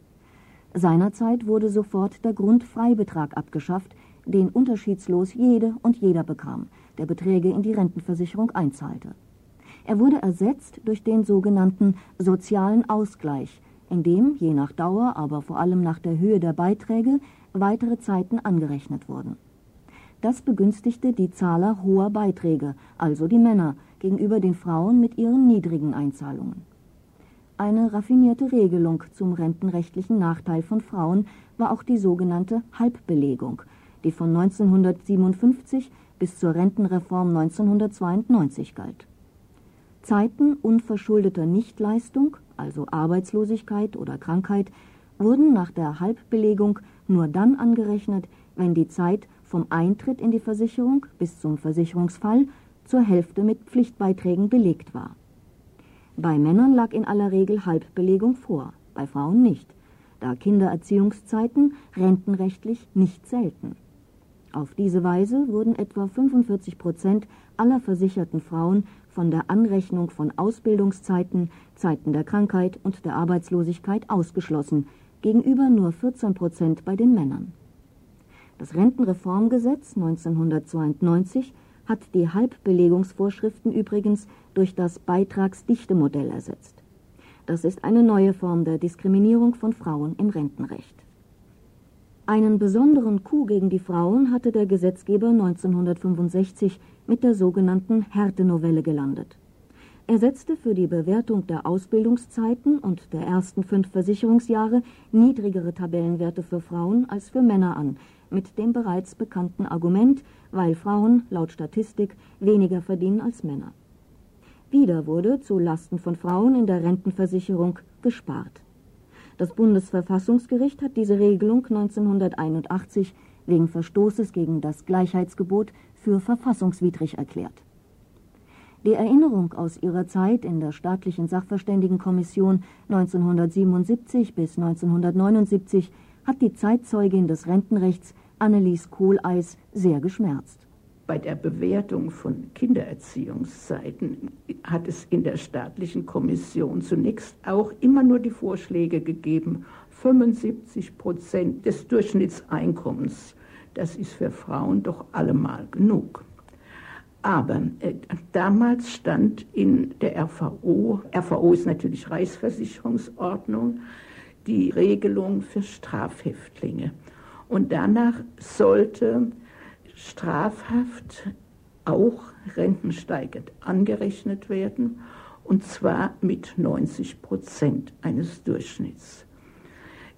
Seinerzeit wurde sofort der Grundfreibetrag abgeschafft, den unterschiedslos jede und jeder bekam, der Beträge in die Rentenversicherung einzahlte. Er wurde ersetzt durch den sogenannten sozialen Ausgleich, in dem je nach Dauer, aber vor allem nach der Höhe der Beiträge, weitere Zeiten angerechnet wurden. Das begünstigte die Zahler hoher Beiträge, also die Männer, gegenüber den Frauen mit ihren niedrigen Einzahlungen. Eine raffinierte Regelung zum rentenrechtlichen Nachteil von Frauen war auch die sogenannte Halbbelegung, die von 1957 bis zur Rentenreform 1992 galt. Zeiten unverschuldeter Nichtleistung, also Arbeitslosigkeit oder Krankheit, wurden nach der Halbbelegung nur dann angerechnet, wenn die Zeit vom Eintritt in die Versicherung bis zum Versicherungsfall zur Hälfte mit Pflichtbeiträgen belegt war. Bei Männern lag in aller Regel Halbbelegung vor, bei Frauen nicht, da Kindererziehungszeiten rentenrechtlich nicht selten. Auf diese Weise wurden etwa 45% aller versicherten Frauen von der Anrechnung von Ausbildungszeiten, Zeiten der Krankheit und der Arbeitslosigkeit ausgeschlossen, gegenüber nur 14% bei den Männern. Das Rentenreformgesetz 1992 hat die Halbbelegungsvorschriften übrigens durch das Beitragsdichtemodell ersetzt. Das ist eine neue Form der Diskriminierung von Frauen im Rentenrecht. Einen besonderen Coup gegen die Frauen hatte der Gesetzgeber 1965 mit der sogenannten Härtenovelle gelandet. Er setzte für die Bewertung der Ausbildungszeiten und der ersten 5 Versicherungsjahre niedrigere Tabellenwerte für Frauen als für Männer an, mit dem bereits bekannten Argument, weil Frauen laut Statistik weniger verdienen als Männer. Wieder wurde zu Lasten von Frauen in der Rentenversicherung gespart. Das Bundesverfassungsgericht hat diese Regelung 1981 wegen Verstoßes gegen das Gleichheitsgebot für verfassungswidrig erklärt. Die Erinnerung aus ihrer Zeit in der staatlichen Sachverständigenkommission 1977 bis 1979 hat die Zeitzeugin des Rentenrechts Annelies Kohleis sehr geschmerzt. Bei der Bewertung von Kindererziehungszeiten hat es in der staatlichen Kommission zunächst auch immer nur die Vorschläge gegeben, 75% des Durchschnittseinkommens. Das ist für Frauen doch allemal genug. Aber damals stand in der RVO ist natürlich Reichsversicherungsordnung, die Regelung für Strafhäftlinge. Und danach sollte Strafhaft auch rentensteigend angerechnet werden, und zwar mit 90% eines Durchschnitts.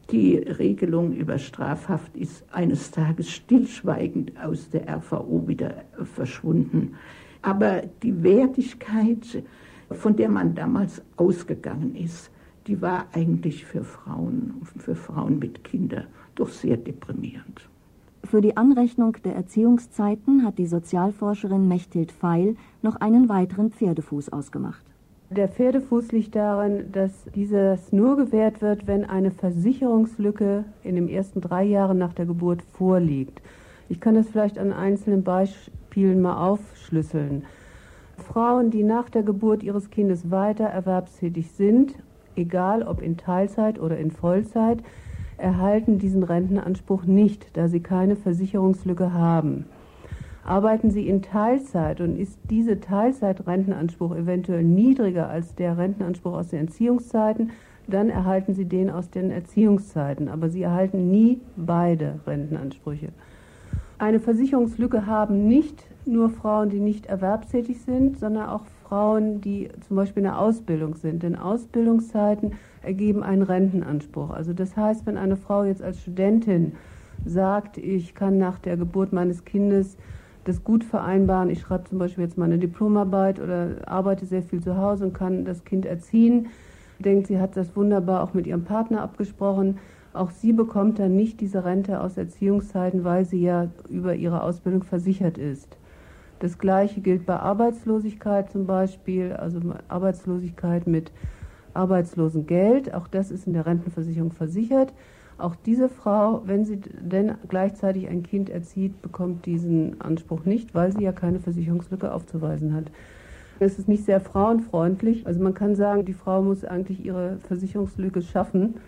Die Regelung über Strafhaft ist eines Tages stillschweigend aus der RVO wieder verschwunden. Aber die Wertigkeit, von der man damals ausgegangen ist, die war eigentlich für Frauen mit Kindern doch sehr deprimierend. Für die Anrechnung der Erziehungszeiten hat die Sozialforscherin Mechthild Pfeil noch einen weiteren Pferdefuß ausgemacht. Der Pferdefuß liegt darin, dass dieses nur gewährt wird, wenn eine Versicherungslücke in den ersten 3 Jahren nach der Geburt vorliegt. Ich kann das vielleicht an einzelnen Beispielen mal aufschlüsseln. Frauen, die nach der Geburt ihres Kindes weiter erwerbstätig sind, egal ob in Teilzeit oder in Vollzeit, erhalten diesen Rentenanspruch nicht, da sie keine Versicherungslücke haben. Arbeiten Sie in Teilzeit und ist diese Teilzeitrentenanspruch eventuell niedriger als der Rentenanspruch aus den Erziehungszeiten, dann erhalten Sie den aus den Erziehungszeiten. Aber Sie erhalten nie beide Rentenansprüche. Eine Versicherungslücke haben nicht nur Frauen, die nicht erwerbstätig sind, sondern auch Frauen, die zum Beispiel in der Ausbildung sind. Denn Ausbildungszeiten ergeben einen Rentenanspruch. Also das heißt, wenn eine Frau jetzt als Studentin sagt, ich kann nach der Geburt meines Kindes das gut vereinbaren, ich schreibe zum Beispiel jetzt meine Diplomarbeit oder arbeite sehr viel zu Hause und kann das Kind erziehen, denkt, sie hat das wunderbar auch mit ihrem Partner abgesprochen. Auch sie bekommt dann nicht diese Rente aus Erziehungszeiten, weil sie ja über ihre Ausbildung versichert ist. Das Gleiche gilt bei Arbeitslosigkeit zum Beispiel, also Arbeitslosigkeit mit Arbeitslosengeld. Auch das ist in der Rentenversicherung versichert. Auch diese Frau, wenn sie denn gleichzeitig ein Kind erzieht, bekommt diesen Anspruch nicht, weil sie ja keine Versicherungslücke aufzuweisen hat. Es ist nicht sehr frauenfreundlich. Also man kann sagen, die Frau muss eigentlich ihre Versicherungslücke schaffen,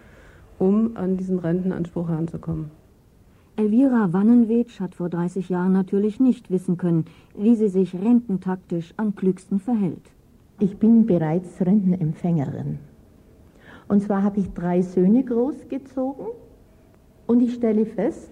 um an diesen Rentenanspruch heranzukommen. Elvira Wannenwetsch hat vor 30 Jahren natürlich nicht wissen können, wie sie sich rententaktisch am klügsten verhält. Ich bin bereits Rentenempfängerin. Und zwar habe ich 3 Söhne großgezogen und ich stelle fest,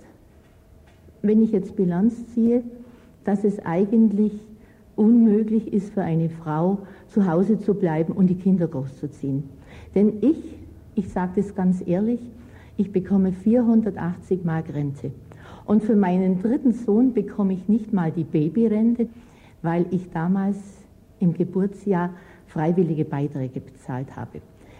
wenn ich jetzt Bilanz ziehe, dass es eigentlich unmöglich ist für eine Frau, zu Hause zu bleiben und die Kinder großzuziehen. Denn ich sage das ganz ehrlich, ich bekomme 480 Mark Rente. Und für meinen 3. Sohn bekomme ich nicht mal die Babyrente, weil ich damals im Geburtsjahr freiwillige Beiträge bezahlt habe.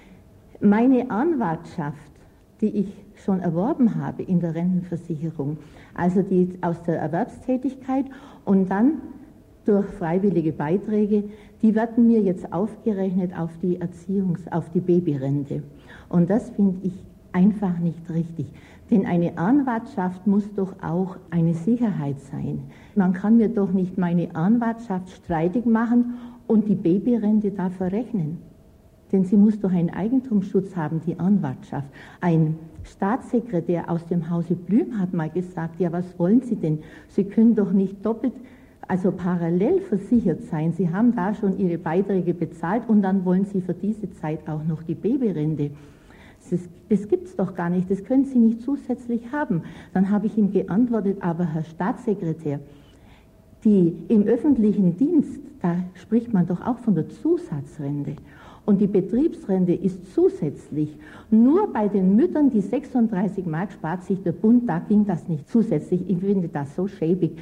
Meine Anwartschaft, die ich schon erworben habe in der Rentenversicherung, also die aus der Erwerbstätigkeit und dann durch freiwillige Beiträge, die werden mir jetzt aufgerechnet auf die Babyrente. Und das finde ich einfach nicht richtig. Denn eine Anwartschaft muss doch auch eine Sicherheit sein. Man kann mir doch nicht meine Anwartschaft streitig machen und die Babyrente da verrechnen. Denn sie muss doch einen Eigentumsschutz haben, die Anwartschaft. Ein Staatssekretär aus dem Hause Blüm hat mal gesagt, ja, was wollen Sie denn? Sie können doch nicht doppelt, also parallel versichert sein. Sie haben da schon Ihre Beiträge bezahlt und dann wollen Sie für diese Zeit auch noch die Babyrente. Das gibt es doch gar nicht, das können Sie nicht zusätzlich haben. Dann habe ich ihm geantwortet, aber Herr Staatssekretär, im öffentlichen Dienst, da spricht man doch auch von der Zusatzrente. Und die Betriebsrente ist zusätzlich. Nur bei den Müttern, die 36 Mark spart sich der Bund, da ging das nicht zusätzlich. Ich finde das so schäbig.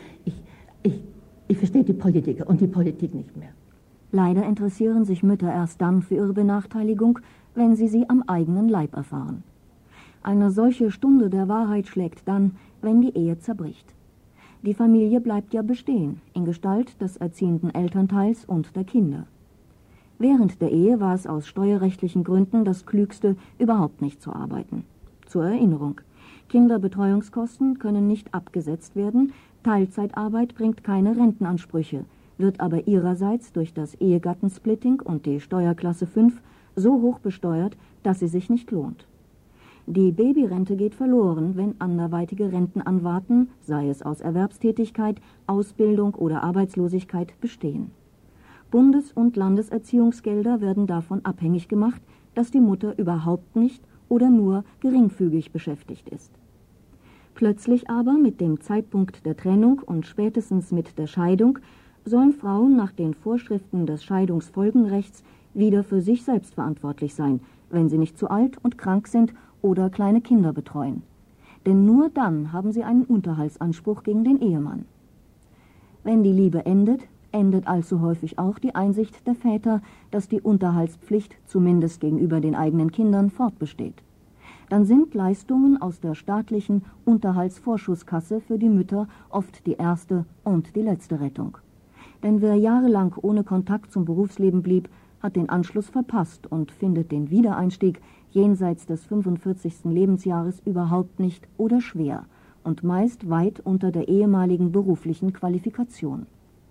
Ich verstehe die Politiker und die Politik nicht mehr. Leider interessieren sich Mütter erst dann für ihre Benachteiligung, wenn sie am eigenen Leib erfahren. Eine solche Stunde der Wahrheit schlägt dann, wenn die Ehe zerbricht. Die Familie bleibt ja bestehen, in Gestalt des erziehenden Elternteils und der Kinder. Während der Ehe war es aus steuerrechtlichen Gründen das Klügste, überhaupt nicht zu arbeiten. Zur Erinnerung: Kinderbetreuungskosten können nicht abgesetzt werden, Teilzeitarbeit bringt keine Rentenansprüche, wird aber ihrerseits durch das Ehegattensplitting und die Steuerklasse 5 so hoch besteuert, dass sie sich nicht lohnt. Die Babyrente geht verloren, wenn anderweitige Rentenanwarten, sei es aus Erwerbstätigkeit, Ausbildung oder Arbeitslosigkeit, bestehen. Bundes- und Landeserziehungsgelder werden davon abhängig gemacht, dass die Mutter überhaupt nicht oder nur geringfügig beschäftigt ist. Plötzlich aber, mit dem Zeitpunkt der Trennung und spätestens mit der Scheidung, sollen Frauen nach den Vorschriften des Scheidungsfolgenrechts wieder für sich selbst verantwortlich sein, wenn sie nicht zu alt und krank sind oder kleine Kinder betreuen. Denn nur dann haben sie einen Unterhaltsanspruch gegen den Ehemann. Wenn die Liebe endet, endet allzu häufig auch die Einsicht der Väter, dass die Unterhaltspflicht zumindest gegenüber den eigenen Kindern fortbesteht. Dann sind Leistungen aus der staatlichen Unterhaltsvorschusskasse für die Mütter oft die erste und die letzte Rettung. Denn wer jahrelang ohne Kontakt zum Berufsleben blieb, hat den Anschluss verpasst und findet den Wiedereinstieg jenseits des 45. Lebensjahres überhaupt nicht oder schwer und meist weit unter der ehemaligen beruflichen Qualifikation.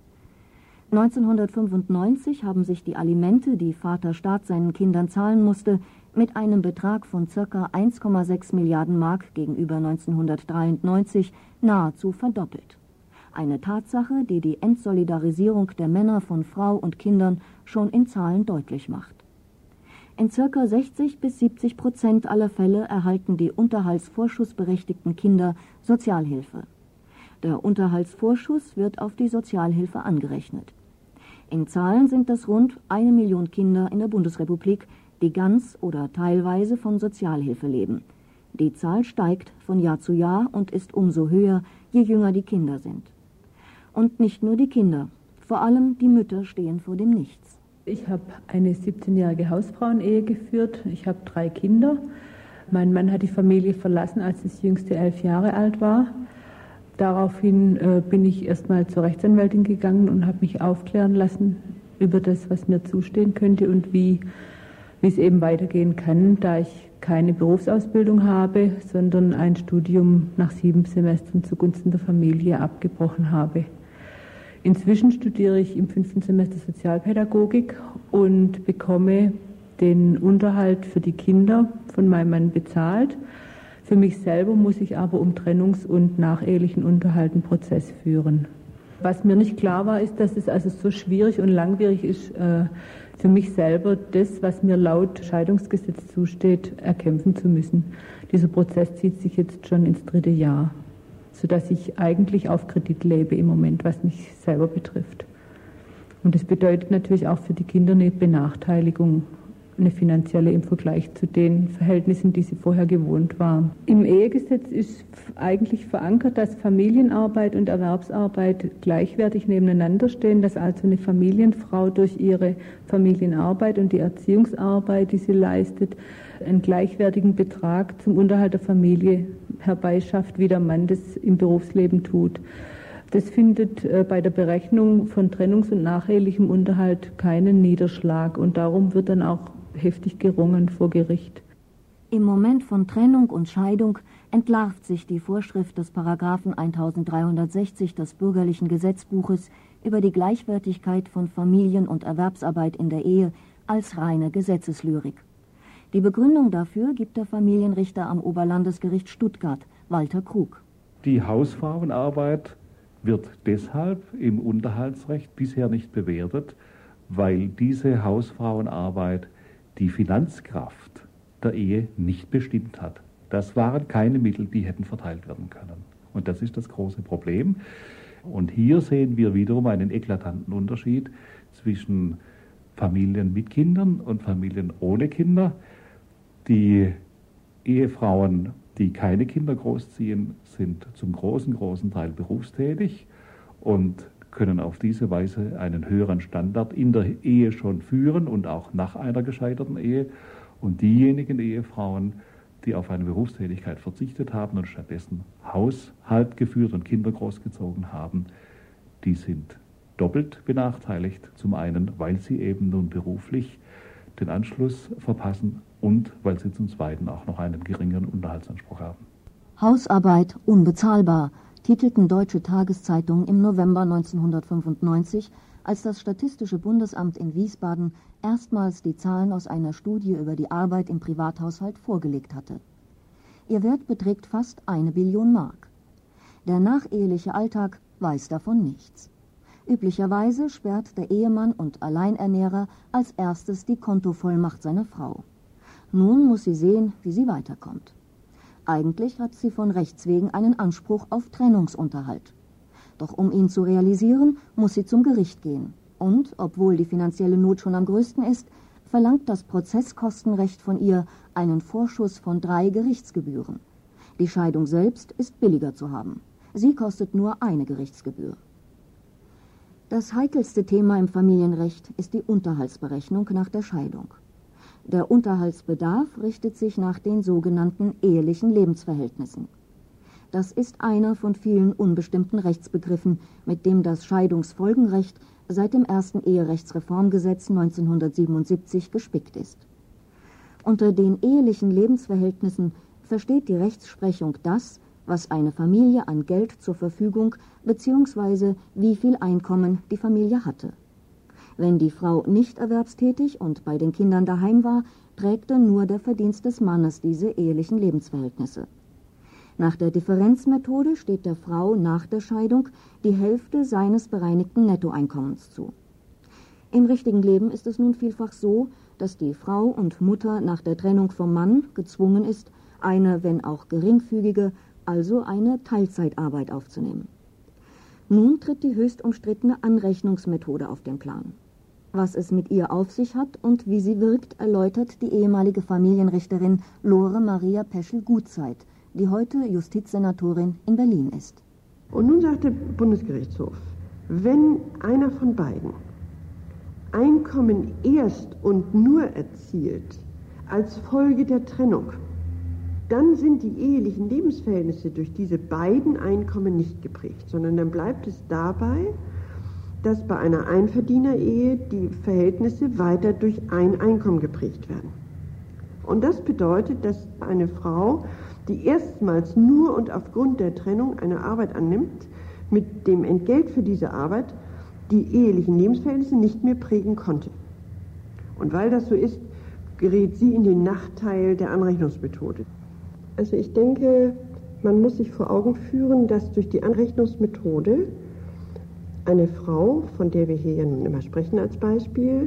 1995 haben sich die Alimente, die Vaterstaat seinen Kindern zahlen musste, mit einem Betrag von ca. 1,6 Milliarden Mark gegenüber 1993 nahezu verdoppelt. Eine Tatsache, die die Entsolidarisierung der Männer von Frau und Kindern schon in Zahlen deutlich macht. In ca. 60-70% aller Fälle erhalten die unterhaltsvorschussberechtigten Kinder Sozialhilfe. Der Unterhaltsvorschuss wird auf die Sozialhilfe angerechnet. In Zahlen sind das rund 1 Million Kinder in der Bundesrepublik, die ganz oder teilweise von Sozialhilfe leben. Die Zahl steigt von Jahr zu Jahr und ist umso höher, je jünger die Kinder sind. Und nicht nur die Kinder, vor allem die Mütter stehen vor dem Nichts. Ich habe eine 17-jährige Hausfrauenehe geführt. Ich habe 3 Kinder. Mein Mann hat die Familie verlassen, als das jüngste 11 Jahre alt war. Daraufhin bin ich erstmal zur Rechtsanwältin gegangen und habe mich aufklären lassen über das, was mir zustehen könnte und wie es eben weitergehen kann, da ich keine Berufsausbildung habe, sondern ein Studium nach 7 Semestern zugunsten der Familie abgebrochen habe. Inzwischen studiere ich im 5. Semester Sozialpädagogik und bekomme den Unterhalt für die Kinder von meinem Mann bezahlt. Für mich selber muss ich aber um Trennungs- und nachehelichen Unterhalt einen Prozess führen. Was mir nicht klar war, ist, dass es also so schwierig und langwierig ist, für mich selber das, was mir laut Scheidungsgesetz zusteht, erkämpfen zu müssen. Dieser Prozess zieht sich jetzt schon ins 3. Jahr, sodass ich eigentlich auf Kredit lebe im Moment, was mich selber betrifft. Und das bedeutet natürlich auch für die Kinder eine Benachteiligung, eine finanzielle im Vergleich zu den Verhältnissen, die sie vorher gewohnt waren. Im Ehegesetz ist eigentlich verankert, dass Familienarbeit und Erwerbsarbeit gleichwertig nebeneinander stehen, dass also eine Familienfrau durch ihre Familienarbeit und die Erziehungsarbeit, die sie leistet, einen gleichwertigen Betrag zum Unterhalt der Familie herbeischafft, wie der Mann das im Berufsleben tut. Das findet bei der Berechnung von Trennungs- und nachehelichem Unterhalt keinen Niederschlag und darum wird dann auch heftig gerungen vor Gericht. Im Moment von Trennung und Scheidung entlarvt sich die Vorschrift des Paragraphen 1360 des Bürgerlichen Gesetzbuches über die Gleichwertigkeit von Familien- und Erwerbsarbeit in der Ehe als reine Gesetzeslyrik. Die Begründung dafür gibt der Familienrichter am Oberlandesgericht Stuttgart, Walter Krug. Die Hausfrauenarbeit wird deshalb im Unterhaltsrecht bisher nicht bewertet, weil diese Hausfrauenarbeit die Finanzkraft der Ehe nicht bestimmt hat. Das waren keine Mittel, die hätten verteilt werden können. Und das ist das große Problem. Und hier sehen wir wiederum einen eklatanten Unterschied zwischen Familien mit Kindern und Familien ohne Kinder. Die Ehefrauen, die keine Kinder großziehen, sind zum großen Teil berufstätig und können auf diese Weise einen höheren Standard in der Ehe schon führen und auch nach einer gescheiterten Ehe. Und diejenigen Ehefrauen, die auf eine Berufstätigkeit verzichtet haben und stattdessen Haushalt geführt und Kinder großgezogen haben, die sind doppelt benachteiligt. Zum einen, weil sie eben nun beruflich den Anschluss verpassen und weil sie zum Zweiten auch noch einen geringeren Unterhaltsanspruch haben. Hausarbeit unbezahlbar, titelten deutsche Tageszeitungen im November 1995, als das Statistische Bundesamt in Wiesbaden erstmals die Zahlen aus einer Studie über die Arbeit im Privathaushalt vorgelegt hatte. Ihr Wert beträgt fast 1 Billion Mark. Der nacheheliche Alltag weiß davon nichts. Üblicherweise sperrt der Ehemann und Alleinernährer als erstes die Kontovollmacht seiner Frau. Nun muss sie sehen, wie sie weiterkommt. Eigentlich hat sie von Rechts wegen einen Anspruch auf Trennungsunterhalt. Doch um ihn zu realisieren, muss sie zum Gericht gehen. Und, obwohl die finanzielle Not schon am größten ist, verlangt das Prozesskostenrecht von ihr einen Vorschuss von 3 Gerichtsgebühren. Die Scheidung selbst ist billiger zu haben. Sie kostet nur eine Gerichtsgebühr. Das heikelste Thema im Familienrecht ist die Unterhaltsberechnung nach der Scheidung. Der Unterhaltsbedarf richtet sich nach den sogenannten ehelichen Lebensverhältnissen. Das ist einer von vielen unbestimmten Rechtsbegriffen, mit dem das Scheidungsfolgenrecht seit dem ersten Eherechtsreformgesetz 1977 gespickt ist. Unter den ehelichen Lebensverhältnissen versteht die Rechtsprechung das, was eine Familie an Geld zur Verfügung bzw. wie viel Einkommen die Familie hatte. Wenn die Frau nicht erwerbstätig und bei den Kindern daheim war, prägte nur der Verdienst des Mannes diese ehelichen Lebensverhältnisse. Nach der Differenzmethode steht der Frau nach der Scheidung die Hälfte seines bereinigten Nettoeinkommens zu. Im richtigen Leben ist es nun vielfach so, dass die Frau und Mutter nach der Trennung vom Mann gezwungen ist, eine, wenn auch geringfügige, also eine Teilzeitarbeit aufzunehmen. Nun tritt die höchst umstrittene Anrechnungsmethode auf den Plan. Was es mit ihr auf sich hat und wie sie wirkt, erläutert die ehemalige Familienrichterin Lore Maria Peschel-Gutzeit, die heute Justizsenatorin in Berlin ist. Und nun sagt der Bundesgerichtshof, wenn einer von beiden Einkommen erst und nur erzielt als Folge der Trennung, dann sind die ehelichen Lebensverhältnisse durch diese beiden Einkommen nicht geprägt, sondern dann bleibt es dabei, dass bei einer Einverdiener-Ehe die Verhältnisse weiter durch ein Einkommen geprägt werden. Und das bedeutet, dass eine Frau, die erstmals nur und aufgrund der Trennung eine Arbeit annimmt, mit dem Entgelt für diese Arbeit die ehelichen Lebensverhältnisse nicht mehr prägen konnte. Und weil das so ist, gerät sie in den Nachteil der Anrechnungsmethode. Also ich denke, man muss sich vor Augen führen, dass durch die Anrechnungsmethode eine Frau, von der wir hier ja nun immer sprechen als Beispiel,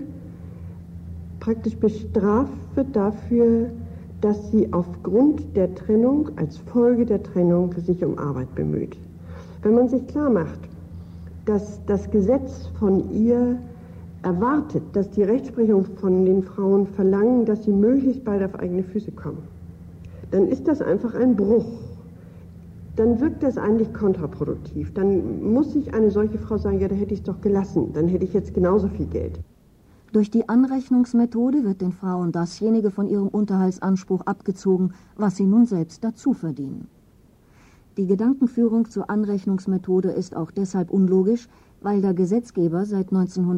praktisch bestraft wird dafür, dass sie aufgrund der Trennung, als Folge der Trennung, sich um Arbeit bemüht. Wenn man sich klar macht, dass das Gesetz von ihr erwartet, dass die Rechtsprechung von den Frauen verlangen, dass sie möglichst bald auf eigene Füße kommen, dann ist das einfach ein Bruch. Dann wirkt das eigentlich kontraproduktiv. Dann muss sich eine solche Frau sagen, ja, da hätte ich es doch gelassen, dann hätte ich jetzt genauso viel Geld. Durch die Anrechnungsmethode wird den Frauen dasjenige von ihrem Unterhaltsanspruch abgezogen, was sie nun selbst dazu verdienen. Die Gedankenführung zur Anrechnungsmethode ist auch deshalb unlogisch, weil der Gesetzgeber seit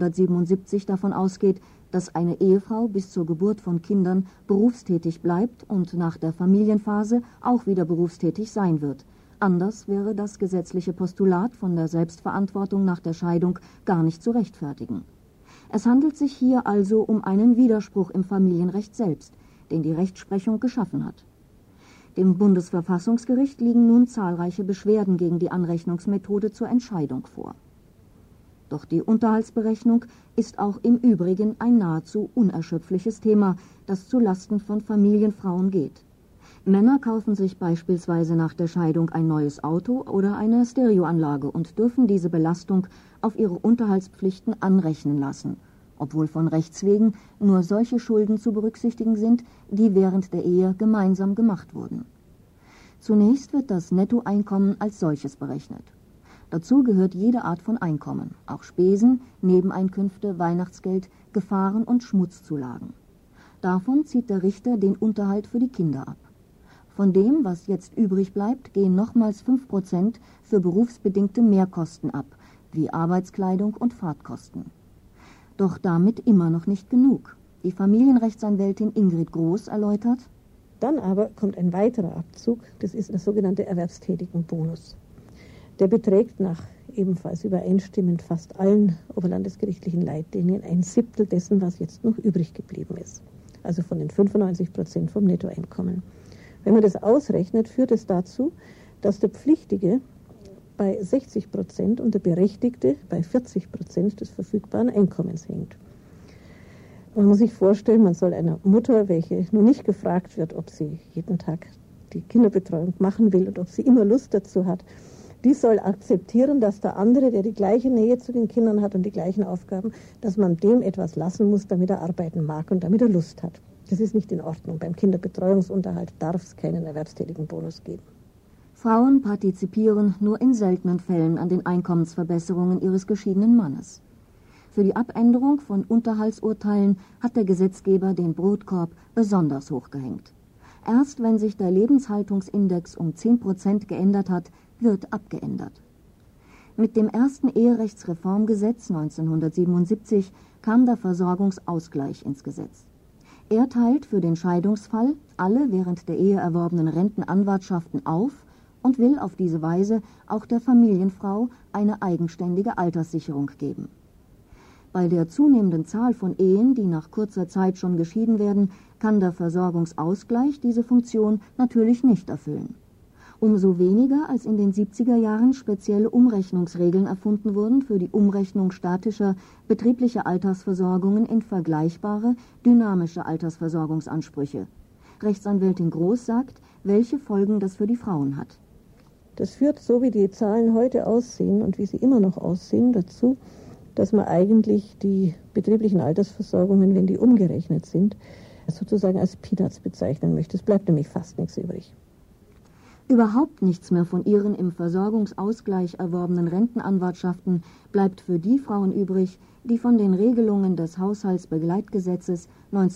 1977 davon ausgeht, dass eine Ehefrau bis zur Geburt von Kindern berufstätig bleibt und nach der Familienphase auch wieder berufstätig sein wird. Anders wäre das gesetzliche Postulat von der Selbstverantwortung nach der Scheidung gar nicht zu rechtfertigen. Es handelt sich hier also um einen Widerspruch im Familienrecht selbst, den die Rechtsprechung geschaffen hat. Dem Bundesverfassungsgericht liegen nun zahlreiche Beschwerden gegen die Anrechnungsmethode zur Entscheidung vor. Doch die Unterhaltsberechnung ist auch im Übrigen ein nahezu unerschöpfliches Thema, das zu Lasten von Familienfrauen geht. Männer kaufen sich beispielsweise nach der Scheidung ein neues Auto oder eine Stereoanlage und dürfen diese Belastung auf ihre Unterhaltspflichten anrechnen lassen, obwohl von Rechts wegen nur solche Schulden zu berücksichtigen sind, die während der Ehe gemeinsam gemacht wurden. Zunächst wird das Nettoeinkommen als solches berechnet. Dazu gehört jede Art von Einkommen, auch Spesen, Nebeneinkünfte, Weihnachtsgeld, Gefahren- und Schmutzzulagen. Davon zieht der Richter den Unterhalt für die Kinder ab. Von dem, was jetzt übrig bleibt, gehen nochmals 5% für berufsbedingte Mehrkosten ab, wie Arbeitskleidung und Fahrtkosten. Doch damit immer noch nicht genug. Die Familienrechtsanwältin Ingrid Groß erläutert: Dann aber kommt ein weiterer Abzug, das ist der sogenannte Erwerbstätigenbonus. Der beträgt nach ebenfalls übereinstimmend fast allen oberlandesgerichtlichen Leitlinien 1/7 dessen, was jetzt noch übrig geblieben ist. Also von den 95% vom Nettoeinkommen. Wenn man das ausrechnet, führt es dazu, dass der Pflichtige bei 60% und der Berechtigte bei 40% des verfügbaren Einkommens hängt. Man muss sich vorstellen, man soll einer Mutter, welche nur nicht gefragt wird, ob sie jeden Tag die Kinderbetreuung machen will und ob sie immer Lust dazu hat, Die soll akzeptieren, dass der andere, der die gleiche Nähe zu den Kindern hat und die gleichen Aufgaben, dass man dem etwas lassen muss, damit er arbeiten mag und damit er Lust hat. Das ist nicht in Ordnung. Beim Kinderbetreuungsunterhalt darf es keinen erwerbstätigen Bonus geben. Frauen partizipieren nur in seltenen Fällen an den Einkommensverbesserungen ihres geschiedenen Mannes. Für die Abänderung von Unterhaltsurteilen hat der Gesetzgeber den Brotkorb besonders hochgehängt. Erst wenn sich der Lebenshaltungsindex um 10% geändert hat, wird abgeändert. Mit dem ersten Eherechtsreformgesetz 1977 kam der Versorgungsausgleich ins Gesetz. Er teilt für den Scheidungsfall alle während der Ehe erworbenen Rentenanwartschaften auf und will auf diese Weise auch der Familienfrau eine eigenständige Alterssicherung geben. Bei der zunehmenden Zahl von Ehen, die nach kurzer Zeit schon geschieden werden, kann der Versorgungsausgleich diese Funktion natürlich nicht erfüllen. Umso weniger, als in den 70er Jahren spezielle Umrechnungsregeln erfunden wurden für die Umrechnung statischer betrieblicher Altersversorgungen in vergleichbare, dynamische Altersversorgungsansprüche. Rechtsanwältin Groß sagt, welche Folgen das für die Frauen hat. Das führt, so wie die Zahlen heute aussehen und wie sie immer noch aussehen, dazu, dass man eigentlich die betrieblichen Altersversorgungen, wenn die umgerechnet sind, sozusagen als Peanuts bezeichnen möchte. Es bleibt nämlich fast nichts übrig. Überhaupt nichts mehr von ihren im Versorgungsausgleich erworbenen Rentenanwartschaften bleibt für die Frauen übrig, die von den Regelungen des Haushaltsbegleitgesetzes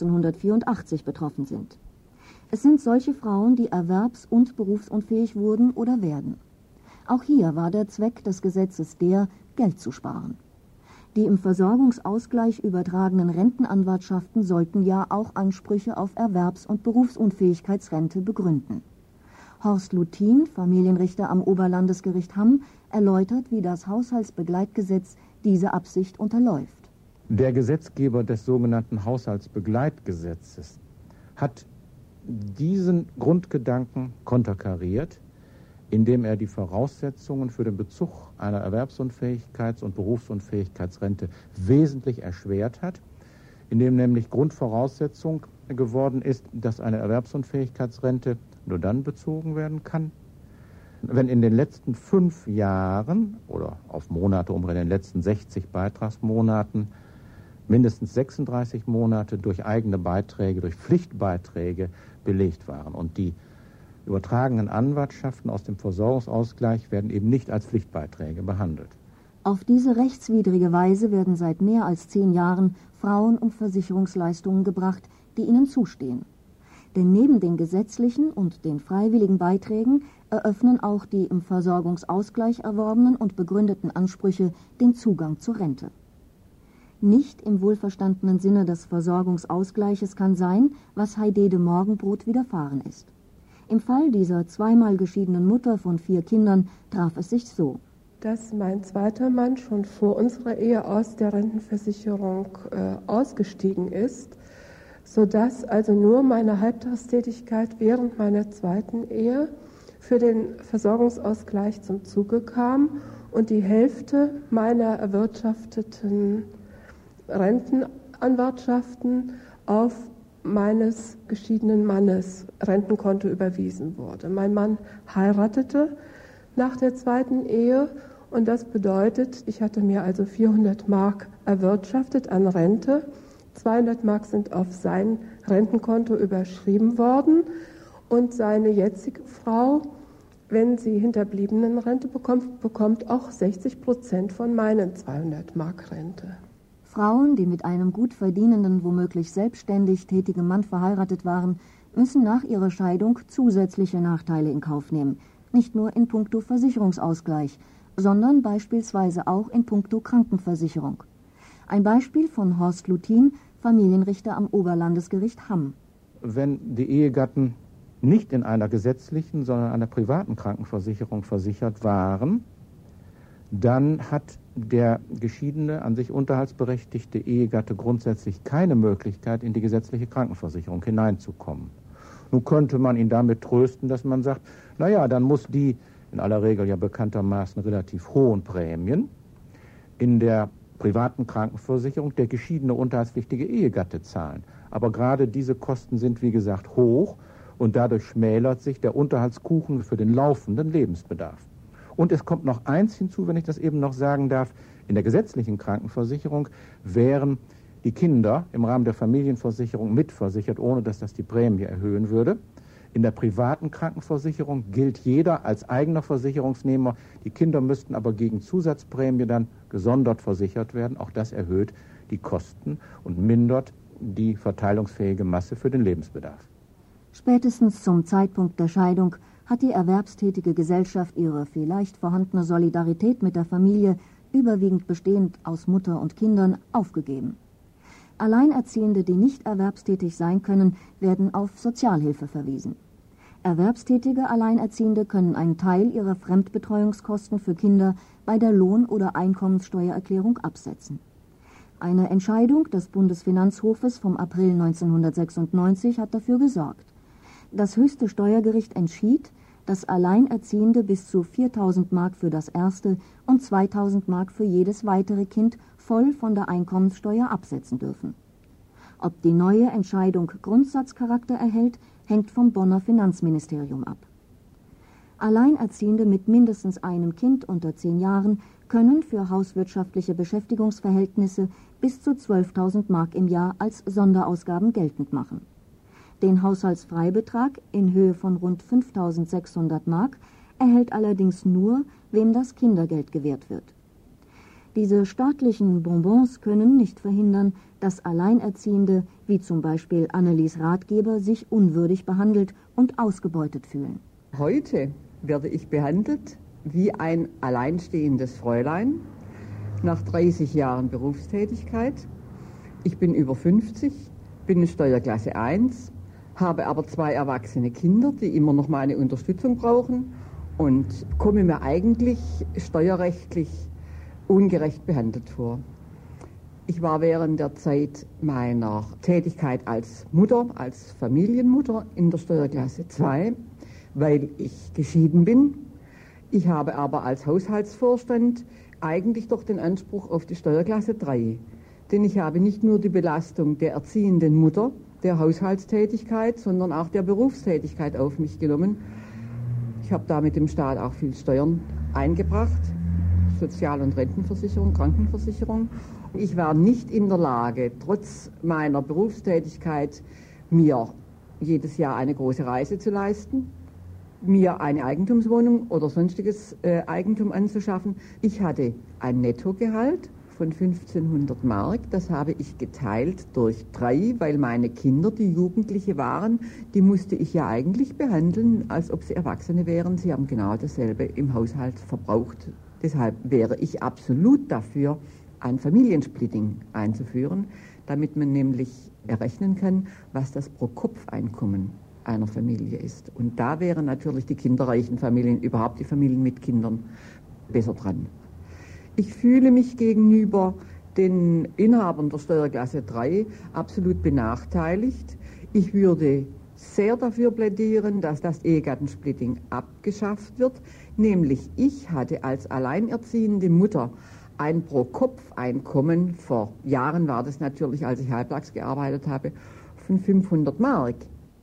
1984 betroffen sind. Es sind solche Frauen, die erwerbs- und berufsunfähig wurden oder werden. Auch hier war der Zweck des Gesetzes der, Geld zu sparen. Die im Versorgungsausgleich übertragenen Rentenanwartschaften sollten ja auch Ansprüche auf Erwerbs- und Berufsunfähigkeitsrente begründen. Horst Luthin, Familienrichter am Oberlandesgericht Hamm, erläutert, wie das Haushaltsbegleitgesetz diese Absicht unterläuft. Der Gesetzgeber des sogenannten Haushaltsbegleitgesetzes hat diesen Grundgedanken konterkariert, indem er die Voraussetzungen für den Bezug einer Erwerbsunfähigkeits- und Berufsunfähigkeitsrente wesentlich erschwert hat, indem nämlich Grundvoraussetzung geworden ist, dass eine Erwerbsunfähigkeitsrente nur dann bezogen werden kann, wenn in den letzten 5 Jahren oder auf Monate in den letzten 60 Beitragsmonaten mindestens 36 Monate durch eigene Beiträge, durch Pflichtbeiträge belegt waren. Und die übertragenen Anwartschaften aus dem Versorgungsausgleich werden eben nicht als Pflichtbeiträge behandelt. Auf diese rechtswidrige Weise werden seit mehr als 10 Jahren Frauen um Versicherungsleistungen gebracht, die ihnen zustehen. Denn neben den gesetzlichen und den freiwilligen Beiträgen eröffnen auch die im Versorgungsausgleich erworbenen und begründeten Ansprüche den Zugang zur Rente. Nicht im wohlverstandenen Sinne des Versorgungsausgleiches kann sein, was Haidede Morgenbrot widerfahren ist. Im Fall dieser zweimal geschiedenen Mutter von 4 Kindern traf es sich so. Dass mein zweiter Mann schon vor unserer Ehe aus der Rentenversicherung ausgestiegen ist, sodass also nur meine Halbtagstätigkeit während meiner zweiten Ehe für den Versorgungsausgleich zum Zuge kam und die Hälfte meiner erwirtschafteten Rentenanwartschaften auf meines geschiedenen Mannes Rentenkonto überwiesen wurde. Mein Mann heiratete nach der zweiten Ehe und das bedeutet, ich hatte mir also 400 Mark erwirtschaftet an Rente. 200 Mark sind auf sein Rentenkonto überschrieben worden und seine jetzige Frau, wenn sie Hinterbliebenenrente bekommt auch 60% von meinen 200 Mark Rente. Frauen, die mit einem gut verdienenden, womöglich selbstständig tätigen Mann verheiratet waren, müssen nach ihrer Scheidung zusätzliche Nachteile in Kauf nehmen, nicht nur in puncto Versicherungsausgleich, sondern beispielsweise auch in puncto Krankenversicherung. Ein Beispiel von Horst Luthin, Familienrichter am Oberlandesgericht Hamm. Wenn die Ehegatten nicht in einer gesetzlichen, sondern einer privaten Krankenversicherung versichert waren, dann hat der geschiedene, an sich unterhaltsberechtigte Ehegatte grundsätzlich keine Möglichkeit, in die gesetzliche Krankenversicherung hineinzukommen. Nun könnte man ihn damit trösten, dass man sagt, naja, dann muss die in aller Regel ja bekanntermaßen relativ hohen Prämien in der privaten Krankenversicherung der geschiedene unterhaltspflichtige Ehegatte zahlen. Aber gerade diese Kosten sind, wie gesagt, hoch und dadurch schmälert sich der Unterhaltskuchen für den laufenden Lebensbedarf. Und es kommt noch eins hinzu, wenn ich das eben noch sagen darf. In der gesetzlichen Krankenversicherung wären die Kinder im Rahmen der Familienversicherung mitversichert, ohne dass das die Prämie erhöhen würde. In der privaten Krankenversicherung gilt jeder als eigener Versicherungsnehmer. Die Kinder müssten aber gegen Zusatzprämie dann gesondert versichert werden. Auch das erhöht die Kosten und mindert die verteilungsfähige Masse für den Lebensbedarf. Spätestens zum Zeitpunkt der Scheidung hat die erwerbstätige Gesellschaft ihre vielleicht vorhandene Solidarität mit der Familie, überwiegend bestehend aus Mutter und Kindern, aufgegeben. Alleinerziehende, die nicht erwerbstätig sein können, werden auf Sozialhilfe verwiesen. Erwerbstätige Alleinerziehende können einen Teil ihrer Fremdbetreuungskosten für Kinder bei der Lohn- oder Einkommenssteuererklärung absetzen. Eine Entscheidung des Bundesfinanzhofes vom April 1996 hat dafür gesorgt. Das höchste Steuergericht entschied, dass Alleinerziehende bis zu 4.000 Mark für das erste und 2.000 Mark für jedes weitere Kind voll von der Einkommenssteuer absetzen dürfen. Ob die neue Entscheidung Grundsatzcharakter erhält, hängt vom Bonner Finanzministerium ab. Alleinerziehende mit mindestens einem Kind unter 10 Jahren können für hauswirtschaftliche Beschäftigungsverhältnisse bis zu 12.000 Mark im Jahr als Sonderausgaben geltend machen. Den Haushaltsfreibetrag in Höhe von rund 5.600 Mark erhält allerdings nur, wem das Kindergeld gewährt wird. Diese staatlichen Bonbons können nicht verhindern, dass Alleinerziehende, wie zum Beispiel Annelies Ratgeber, sich unwürdig behandelt und ausgebeutet fühlen. Heute werde ich behandelt wie ein alleinstehendes Fräulein nach 30 Jahren Berufstätigkeit. Ich bin über 50, bin in Steuerklasse 1, habe aber 2 erwachsene Kinder, die immer noch meine Unterstützung brauchen und komme mir eigentlich steuerrechtlich ungerecht behandelt vor. Ich war während der Zeit meiner Tätigkeit als Mutter, als Familienmutter in der Steuerklasse 2, weil ich geschieden bin. Ich habe aber als Haushaltsvorstand eigentlich doch den Anspruch auf die Steuerklasse 3. Denn ich habe nicht nur die Belastung der erziehenden Mutter, der Haushaltstätigkeit, sondern auch der Berufstätigkeit auf mich genommen. Ich habe da mit dem Staat auch viel Steuern eingebracht, Sozial- und Rentenversicherung, Krankenversicherung. Ich war nicht in der Lage, trotz meiner Berufstätigkeit, mir jedes Jahr eine große Reise zu leisten, mir eine Eigentumswohnung oder sonstiges Eigentum anzuschaffen. Ich hatte ein Nettogehalt von 1.500 Mark. Das habe ich geteilt durch 3, weil meine Kinder, die Jugendliche waren, die musste ich ja eigentlich behandeln, als ob sie Erwachsene wären. Sie haben genau dasselbe im Haushalt verbraucht. Deshalb wäre ich absolut dafür, ein Familiensplitting einzuführen, damit man nämlich errechnen kann, was das Pro-Kopf-Einkommen einer Familie ist. Und da wären natürlich die kinderreichen Familien, überhaupt die Familien mit Kindern, besser dran. Ich fühle mich gegenüber den Inhabern der Steuerklasse 3 absolut benachteiligt. Ich würde sehr dafür plädieren, dass das Ehegattensplitting abgeschafft wird. Nämlich ich hatte als alleinerziehende Mutter ein Pro-Kopf-Einkommen, vor Jahren war das natürlich, als ich halbtags gearbeitet habe, von 500 Mark.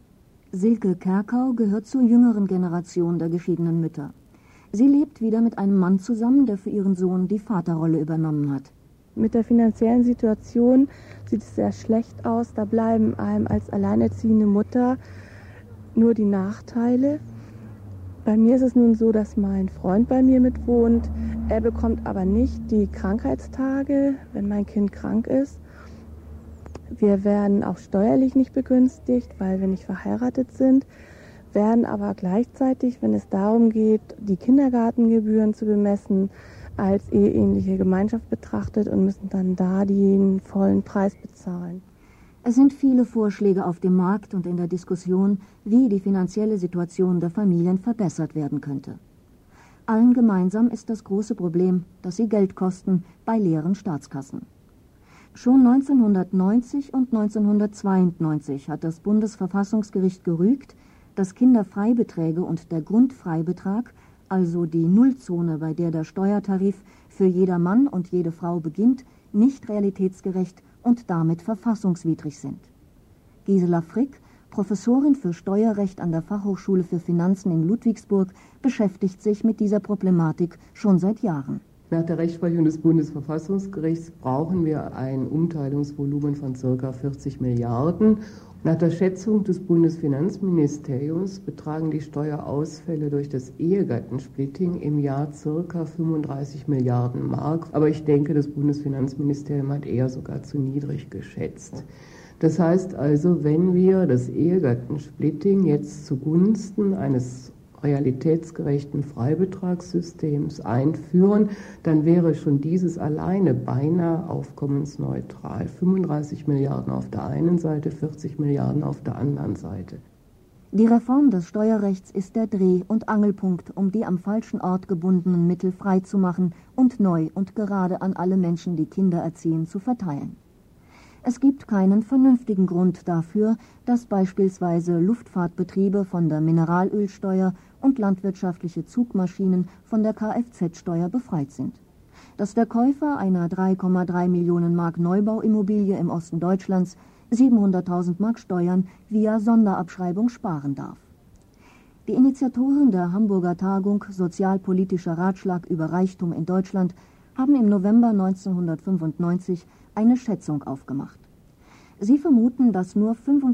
Silke Kerkau gehört zur jüngeren Generation der geschiedenen Mütter. Sie lebt wieder mit einem Mann zusammen, der für ihren Sohn die Vaterrolle übernommen hat. Mit der finanziellen Situation sieht es sehr schlecht aus. Da bleiben einem als alleinerziehende Mutter nur die Nachteile. Bei mir ist es nun so, dass mein Freund bei mir mitwohnt. Er bekommt aber nicht die Krankheitstage, wenn mein Kind krank ist. Wir werden auch steuerlich nicht begünstigt, weil wir nicht verheiratet sind, werden aber gleichzeitig, wenn es darum geht, die Kindergartengebühren zu bemessen, als eheähnliche Gemeinschaft betrachtet und müssen dann da den vollen Preis bezahlen. Es sind viele Vorschläge auf dem Markt und in der Diskussion, wie die finanzielle Situation der Familien verbessert werden könnte. Allen gemeinsam ist das große Problem, dass sie Geld kosten bei leeren Staatskassen. Schon 1990 und 1992 hat das Bundesverfassungsgericht gerügt, dass Kinderfreibeträge und der Grundfreibetrag, also die Nullzone, bei der der Steuertarif für jeder Mann und jede Frau beginnt, nicht realitätsgerecht und damit verfassungswidrig sind. Gisela Frick Professorin für Steuerrecht an der Fachhochschule für Finanzen in Ludwigsburg, beschäftigt sich mit dieser Problematik schon seit Jahren. Nach der Rechtsprechung des Bundesverfassungsgerichts brauchen wir ein Umteilungsvolumen von ca. 40 Milliarden. Nach der Schätzung des Bundesfinanzministeriums betragen die Steuerausfälle durch das Ehegattensplitting im Jahr ca. 35 Milliarden Mark. Aber ich denke, das Bundesfinanzministerium hat eher sogar zu niedrig geschätzt. Das heißt also, wenn wir das Ehegattensplitting jetzt zugunsten eines realitätsgerechten Freibetragssystems einführen, dann wäre schon dieses alleine beinahe aufkommensneutral. 35 Milliarden auf der einen Seite, 40 Milliarden auf der anderen Seite. Die Reform des Steuerrechts ist der Dreh- und Angelpunkt, um die am falschen Ort gebundenen Mittel freizumachen und neu und gerade an alle Menschen, die Kinder erziehen, zu verteilen. Es gibt keinen vernünftigen Grund dafür, dass beispielsweise Luftfahrtbetriebe von der Mineralölsteuer und landwirtschaftliche Zugmaschinen von der Kfz-Steuer befreit sind. Dass der Käufer einer 3,3 Millionen Mark Neubauimmobilie im Osten Deutschlands 700.000 Mark Steuern via Sonderabschreibung sparen darf. Die Initiatoren der Hamburger Tagung Sozialpolitischer Ratschlag über Reichtum in Deutschland haben im November 1995 eine Schätzung aufgemacht. Sie vermuten, dass nur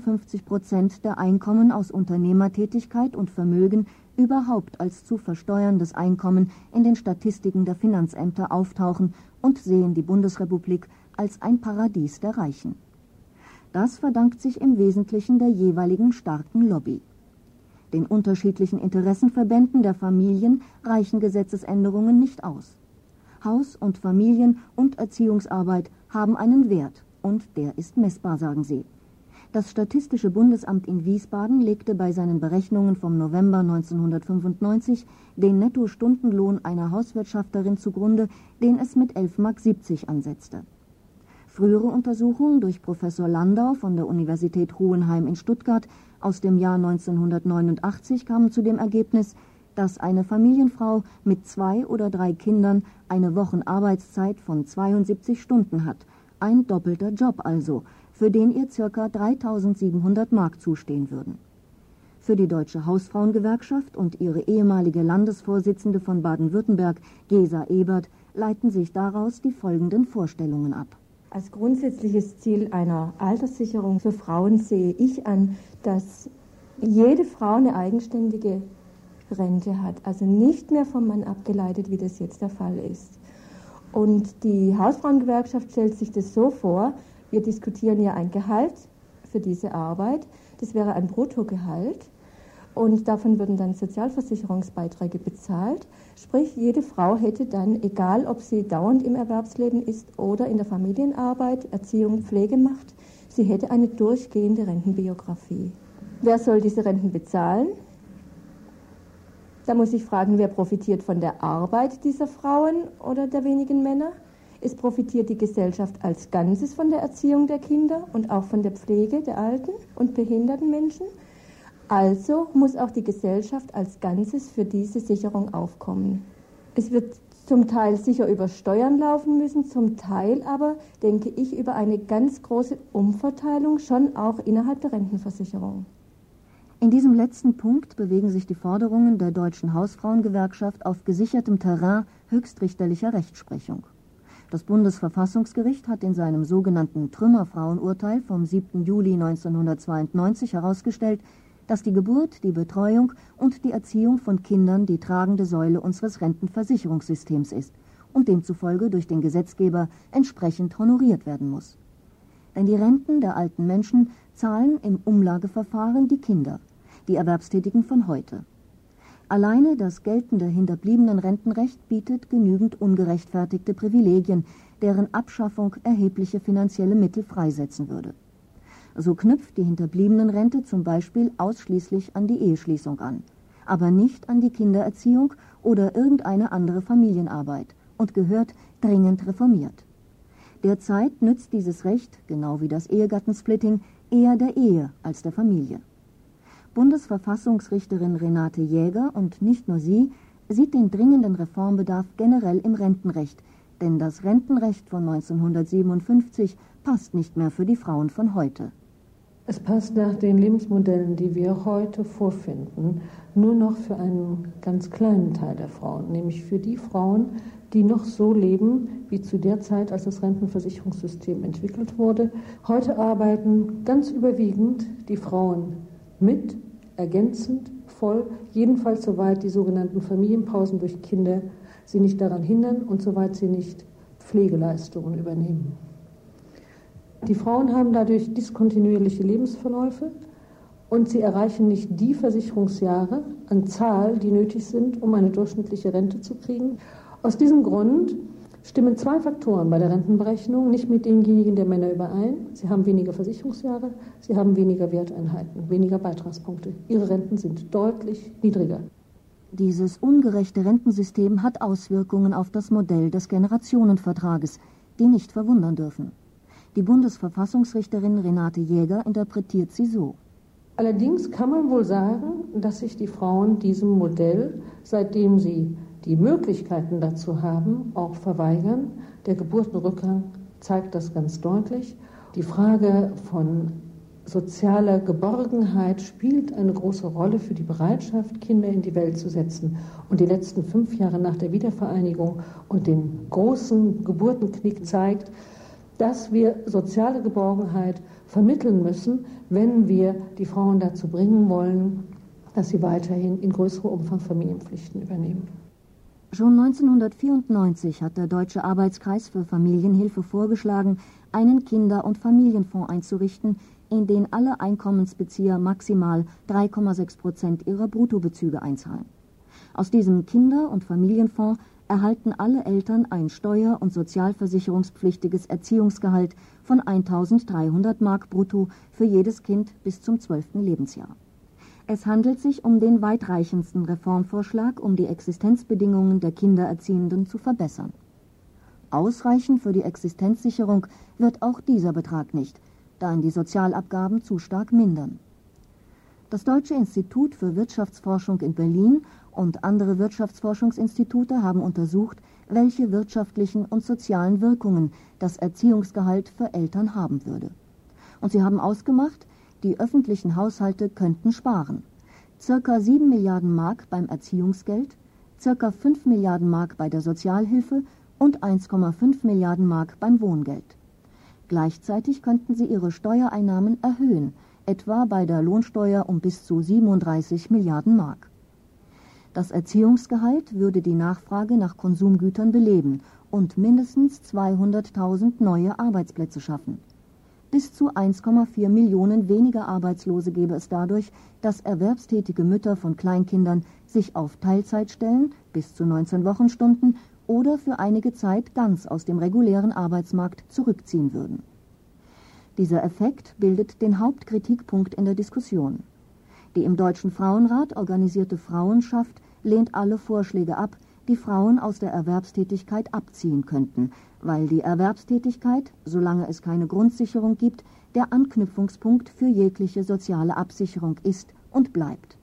55% der Einkommen aus Unternehmertätigkeit und Vermögen überhaupt als zu versteuerndes Einkommen in den Statistiken der Finanzämter auftauchen und sehen die Bundesrepublik als ein Paradies der Reichen. Das verdankt sich im Wesentlichen der jeweiligen starken Lobby. Den unterschiedlichen Interessenverbänden der Familien reichen Gesetzesänderungen nicht aus. Haus- und Familien- und Erziehungsarbeit haben einen Wert und der ist messbar, sagen sie. Das Statistische Bundesamt in Wiesbaden legte bei seinen Berechnungen vom November 1995 den Nettostundenlohn einer Hauswirtschafterin zugrunde, den es mit 11,70 Mark ansetzte. Frühere Untersuchungen durch Professor Landau von der Universität Hohenheim in Stuttgart aus dem Jahr 1989 kamen zu dem Ergebnis, dass eine Familienfrau mit 2 oder 3 Kindern eine Wochenarbeitszeit von 72 Stunden hat, ein doppelter Job also, für den ihr ca. 3.700 Mark zustehen würden. Für die Deutsche Hausfrauengewerkschaft und ihre ehemalige Landesvorsitzende von Baden-Württemberg, Gesa Ebert, leiten sich daraus die folgenden Vorstellungen ab. Als grundsätzliches Ziel einer Alterssicherung für Frauen sehe ich an, dass jede Frau eine eigenständige Rente hat, also nicht mehr vom Mann abgeleitet, wie das jetzt der Fall ist. Und die Hausfrauengewerkschaft stellt sich das so vor, wir diskutieren ja ein Gehalt für diese Arbeit, das wäre ein Bruttogehalt und davon würden dann Sozialversicherungsbeiträge bezahlt, sprich jede Frau hätte dann, egal ob sie dauernd im Erwerbsleben ist oder in der Familienarbeit, Erziehung, Pflege macht, sie hätte eine durchgehende Rentenbiografie. Wer soll diese Renten bezahlen? Da muss ich fragen, wer profitiert von der Arbeit dieser Frauen oder der wenigen Männer? Es profitiert die Gesellschaft als Ganzes von der Erziehung der Kinder und auch von der Pflege der alten und behinderten Menschen. Also muss auch die Gesellschaft als Ganzes für diese Sicherung aufkommen. Es wird zum Teil sicher über Steuern laufen müssen, zum Teil aber, denke ich, über eine ganz große Umverteilung, schon auch innerhalb der Rentenversicherung. In diesem letzten Punkt bewegen sich die Forderungen der Deutschen Hausfrauengewerkschaft auf gesichertem Terrain höchstrichterlicher Rechtsprechung. Das Bundesverfassungsgericht hat in seinem sogenannten Trümmerfrauenurteil vom 7. Juli 1992 herausgestellt, dass die Geburt, die Betreuung und die Erziehung von Kindern die tragende Säule unseres Rentenversicherungssystems ist und demzufolge durch den Gesetzgeber entsprechend honoriert werden muss. Denn die Renten der alten Menschen zahlen im Umlageverfahren die Kinder, die Erwerbstätigen von heute. Alleine das geltende Hinterbliebenenrentenrecht bietet genügend ungerechtfertigte Privilegien, deren Abschaffung erhebliche finanzielle Mittel freisetzen würde. So knüpft die Hinterbliebenenrente zum Beispiel ausschließlich an die Eheschließung an, aber nicht an die Kindererziehung oder irgendeine andere Familienarbeit und gehört dringend reformiert. Derzeit nützt dieses Recht, genau wie das Ehegattensplitting, eher der Ehe als der Familie. Bundesverfassungsrichterin Renate Jäger, und nicht nur sie, sieht den dringenden Reformbedarf generell im Rentenrecht, denn das Rentenrecht von 1957 passt nicht mehr für die Frauen von heute. Es passt nach den Lebensmodellen, die wir heute vorfinden, nur noch für einen ganz kleinen Teil der Frauen, nämlich für die Frauen, die noch so leben wie zu der Zeit, als das Rentenversicherungssystem entwickelt wurde. Heute arbeiten ganz überwiegend die Frauen mit, ergänzend, voll, jedenfalls soweit die sogenannten Familienpausen durch Kinder sie nicht daran hindern und soweit sie nicht Pflegeleistungen übernehmen. Die Frauen haben dadurch diskontinuierliche Lebensverläufe und sie erreichen nicht die Versicherungsjahre an Zahl, die nötig sind, um eine durchschnittliche Rente zu kriegen. Aus diesem Grund stimmen zwei Faktoren bei der Rentenberechnung nicht mit denjenigen der Männer überein. Sie haben weniger Versicherungsjahre, sie haben weniger Werteinheiten, weniger Beitragspunkte. Ihre Renten sind deutlich niedriger. Dieses ungerechte Rentensystem hat Auswirkungen auf das Modell des Generationenvertrages, die nicht verwundern dürfen. Die Bundesverfassungsrichterin Renate Jäger interpretiert sie so. Allerdings kann man wohl sagen, dass sich die Frauen diesem Modell, seitdem sie die Möglichkeiten dazu haben, auch verweigern. Der Geburtenrückgang zeigt das ganz deutlich. Die Frage von sozialer Geborgenheit spielt eine große Rolle für die Bereitschaft, Kinder in die Welt zu setzen. Und die letzten 5 Jahre nach der Wiedervereinigung und dem großen Geburtenknick zeigt, dass wir soziale Geborgenheit vermitteln müssen, wenn wir die Frauen dazu bringen wollen, dass sie weiterhin in größerem Umfang Familienpflichten übernehmen. Schon 1994 hat der Deutsche Arbeitskreis für Familienhilfe vorgeschlagen, einen Kinder- und Familienfonds einzurichten, in den alle Einkommensbezieher maximal 3,6% ihrer Bruttobezüge einzahlen. Aus diesem Kinder- und Familienfonds erhalten alle Eltern ein steuer- und sozialversicherungspflichtiges Erziehungsgehalt von 1.300 Mark brutto für jedes Kind bis zum 12. Lebensjahr. Es handelt sich um den weitreichendsten Reformvorschlag, um die Existenzbedingungen der Kindererziehenden zu verbessern. Ausreichen für die Existenzsicherung wird auch dieser Betrag nicht, da ihn die Sozialabgaben zu stark mindern. Das Deutsche Institut für Wirtschaftsforschung in Berlin und andere Wirtschaftsforschungsinstitute haben untersucht, welche wirtschaftlichen und sozialen Wirkungen das Erziehungsgehalt für Eltern haben würde. Und sie haben ausgemacht, die öffentlichen Haushalte könnten sparen. Circa 7 Milliarden Mark beim Erziehungsgeld, circa 5 Milliarden Mark bei der Sozialhilfe und 1,5 Milliarden Mark beim Wohngeld. Gleichzeitig könnten sie ihre Steuereinnahmen erhöhen, etwa bei der Lohnsteuer um bis zu 37 Milliarden Mark. Das Erziehungsgehalt würde die Nachfrage nach Konsumgütern beleben und mindestens 200.000 neue Arbeitsplätze schaffen. Bis zu 1,4 Millionen weniger Arbeitslose gäbe es dadurch, dass erwerbstätige Mütter von Kleinkindern sich auf Teilzeitstellen bis zu 19 Wochenstunden oder für einige Zeit ganz aus dem regulären Arbeitsmarkt zurückziehen würden. Dieser Effekt bildet den Hauptkritikpunkt in der Diskussion. Die im Deutschen Frauenrat organisierte Frauenschaft lehnt alle Vorschläge ab, die Frauen aus der Erwerbstätigkeit abziehen könnten, weil die Erwerbstätigkeit, solange es keine Grundsicherung gibt, der Anknüpfungspunkt für jegliche soziale Absicherung ist und bleibt.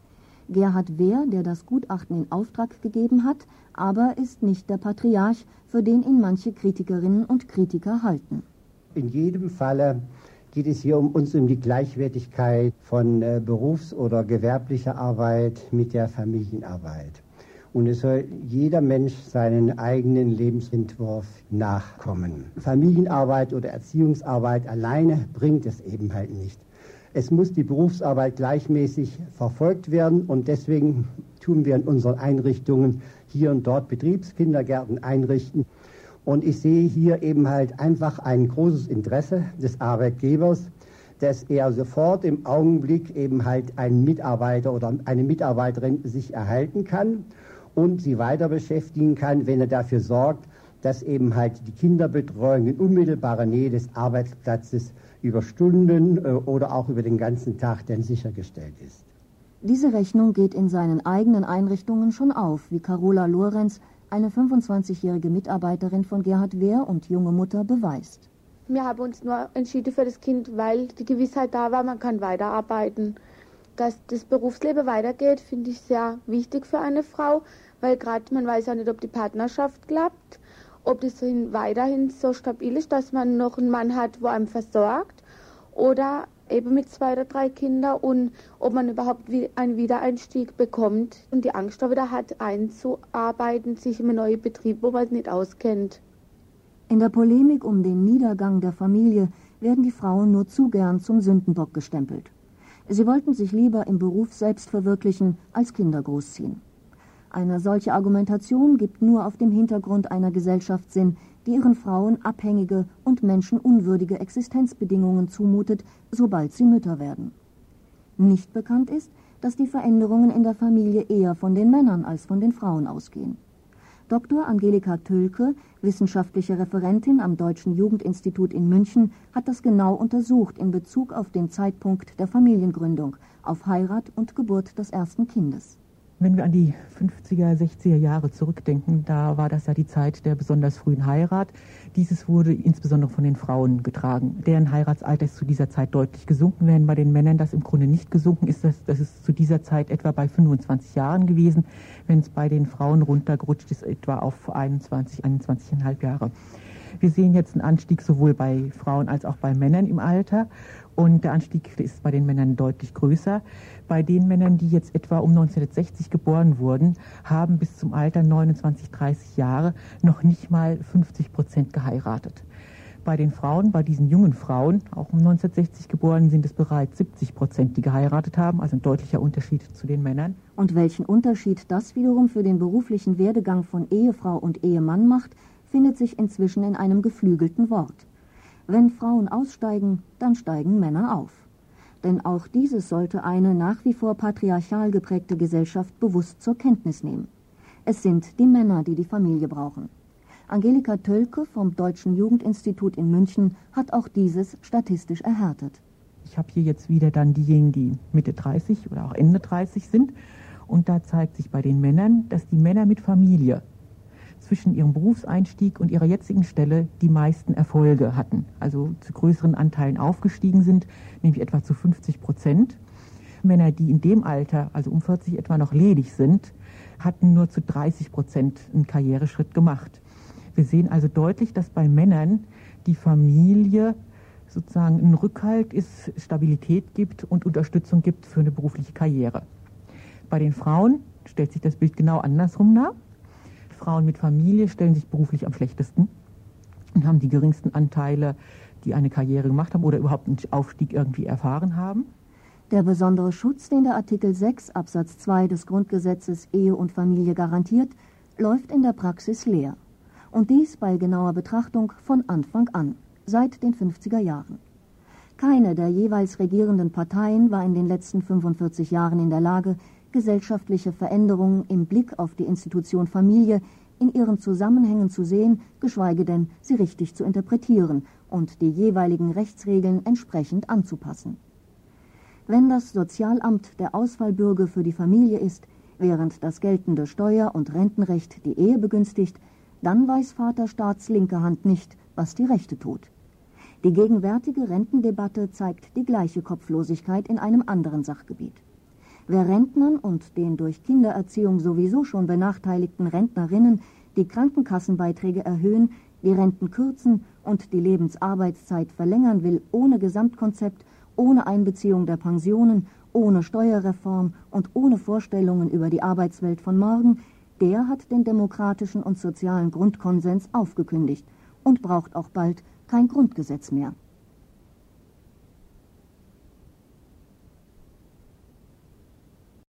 Gerhard Wehr, der das Gutachten in Auftrag gegeben hat, aber ist nicht der Patriarch, für den ihn manche Kritikerinnen und Kritiker halten. In jedem Falle geht es hier um die Gleichwertigkeit von berufs- oder gewerblicher Arbeit mit der Familienarbeit. Und es soll jeder Mensch seinen eigenen Lebensentwurf nachkommen. Familienarbeit oder Erziehungsarbeit alleine bringt es eben halt nicht. Es muss die Berufsarbeit gleichmäßig verfolgt werden und deswegen tun wir in unseren Einrichtungen hier und dort Betriebskindergärten einrichten. Und ich sehe hier eben halt einfach ein großes Interesse des Arbeitgebers, dass er sofort im Augenblick eben halt einen Mitarbeiter oder eine Mitarbeiterin sich erhalten kann und sie weiter beschäftigen kann, wenn er dafür sorgt, dass eben halt die Kinderbetreuung in unmittelbarer Nähe des Arbeitsplatzes über Stunden oder auch über den ganzen Tag dann sichergestellt ist. Diese Rechnung geht in seinen eigenen Einrichtungen schon auf, wie Carola Lorenz, eine 25-jährige Mitarbeiterin von Gerhard Wehr und junge Mutter, beweist. Wir haben uns nur entschieden für das Kind, weil die Gewissheit da war, man kann weiterarbeiten. Dass das Berufsleben weitergeht, finde ich sehr wichtig für eine Frau, weil gerade man weiß ja nicht, ob die Partnerschaft klappt, ob das weiterhin so stabil ist, dass man noch einen Mann hat, wo einem versorgt, oder eben mit 2 oder 3 Kindern und ob man überhaupt einen Wiedereinstieg bekommt und die Angst da wieder hat, einzuarbeiten, sich in einen neuen Betrieb, wo man es nicht auskennt. In der Polemik um den Niedergang der Familie werden die Frauen nur zu gern zum Sündenbock gestempelt. Sie wollten sich lieber im Beruf selbst verwirklichen, als Kinder großziehen. Eine solche Argumentation gibt nur auf dem Hintergrund einer Gesellschaft Sinn, die ihren Frauen abhängige und menschenunwürdige Existenzbedingungen zumutet, sobald sie Mütter werden. Nicht bekannt ist, dass die Veränderungen in der Familie eher von den Männern als von den Frauen ausgehen. Dr. Angelika Tölke, wissenschaftliche Referentin am Deutschen Jugendinstitut in München, hat das genau untersucht in Bezug auf den Zeitpunkt der Familiengründung, auf Heirat und Geburt des ersten Kindes. Wenn wir an die 50er, 60er Jahre zurückdenken, da war das ja die Zeit der besonders frühen Heirat. Dieses wurde insbesondere von den Frauen getragen. Deren Heiratsalter ist zu dieser Zeit deutlich gesunken, während bei den Männern das im Grunde nicht gesunken ist. Das ist zu dieser Zeit etwa bei 25 Jahren gewesen. Wenn es bei den Frauen runtergerutscht ist, etwa auf 21,5 Jahre. Wir sehen jetzt einen Anstieg sowohl bei Frauen als auch bei Männern im Alter. Und der Anstieg ist bei den Männern deutlich größer. Bei den Männern, die jetzt etwa um 1960 geboren wurden, haben bis zum Alter 29, 30 Jahre noch nicht mal 50% geheiratet. Bei den Frauen, bei diesen jungen Frauen, auch um 1960 geboren, sind es bereits 70%, die geheiratet haben, also ein deutlicher Unterschied zu den Männern. Und welchen Unterschied das wiederum für den beruflichen Werdegang von Ehefrau und Ehemann macht, findet sich inzwischen in einem geflügelten Wort. Wenn Frauen aussteigen, dann steigen Männer auf. Denn auch dieses sollte eine nach wie vor patriarchal geprägte Gesellschaft bewusst zur Kenntnis nehmen. Es sind die Männer, die die Familie brauchen. Angelika Tölke vom Deutschen Jugendinstitut in München hat auch dieses statistisch erhärtet. Ich habe hier jetzt wieder dann diejenigen, die Mitte 30 oder auch Ende 30 sind. Und da zeigt sich bei den Männern, dass die Männer mit Familie zwischen ihrem Berufseinstieg und ihrer jetzigen Stelle die meisten Erfolge hatten, also zu größeren Anteilen aufgestiegen sind, nämlich etwa zu 50%. Männer, die in dem Alter, also um 40 etwa noch ledig sind, hatten nur zu 30% einen Karriereschritt gemacht. Wir sehen also deutlich, dass bei Männern die Familie sozusagen ein Rückhalt ist, Stabilität gibt und Unterstützung gibt für eine berufliche Karriere. Bei den Frauen stellt sich das Bild genau andersrum dar. Frauen mit Familie stellen sich beruflich am schlechtesten und haben die geringsten Anteile, die eine Karriere gemacht haben oder überhaupt einen Aufstieg irgendwie erfahren haben. Der besondere Schutz, den der Artikel 6 Absatz 2 des Grundgesetzes Ehe und Familie garantiert, läuft in der Praxis leer. Und dies bei genauer Betrachtung von Anfang an, seit den 50er Jahren. Keine der jeweils regierenden Parteien war in den letzten 45 Jahren in der Lage, gesellschaftliche Veränderungen im Blick auf die Institution Familie in ihren Zusammenhängen zu sehen, geschweige denn sie richtig zu interpretieren und die jeweiligen Rechtsregeln entsprechend anzupassen. Wenn das Sozialamt der Ausfallbürger für die Familie ist, während das geltende Steuer- und Rentenrecht die Ehe begünstigt, dann weiß Vaterstaats linke Hand nicht, was die Rechte tut. Die gegenwärtige Rentendebatte zeigt die gleiche Kopflosigkeit in einem anderen Sachgebiet. Wer Rentnern und den durch Kindererziehung sowieso schon benachteiligten Rentnerinnen die Krankenkassenbeiträge erhöhen, die Renten kürzen und die Lebensarbeitszeit verlängern will, ohne Gesamtkonzept, ohne Einbeziehung der Pensionen, ohne Steuerreform und ohne Vorstellungen über die Arbeitswelt von morgen, der hat den demokratischen und sozialen Grundkonsens aufgekündigt und braucht auch bald kein Grundgesetz mehr.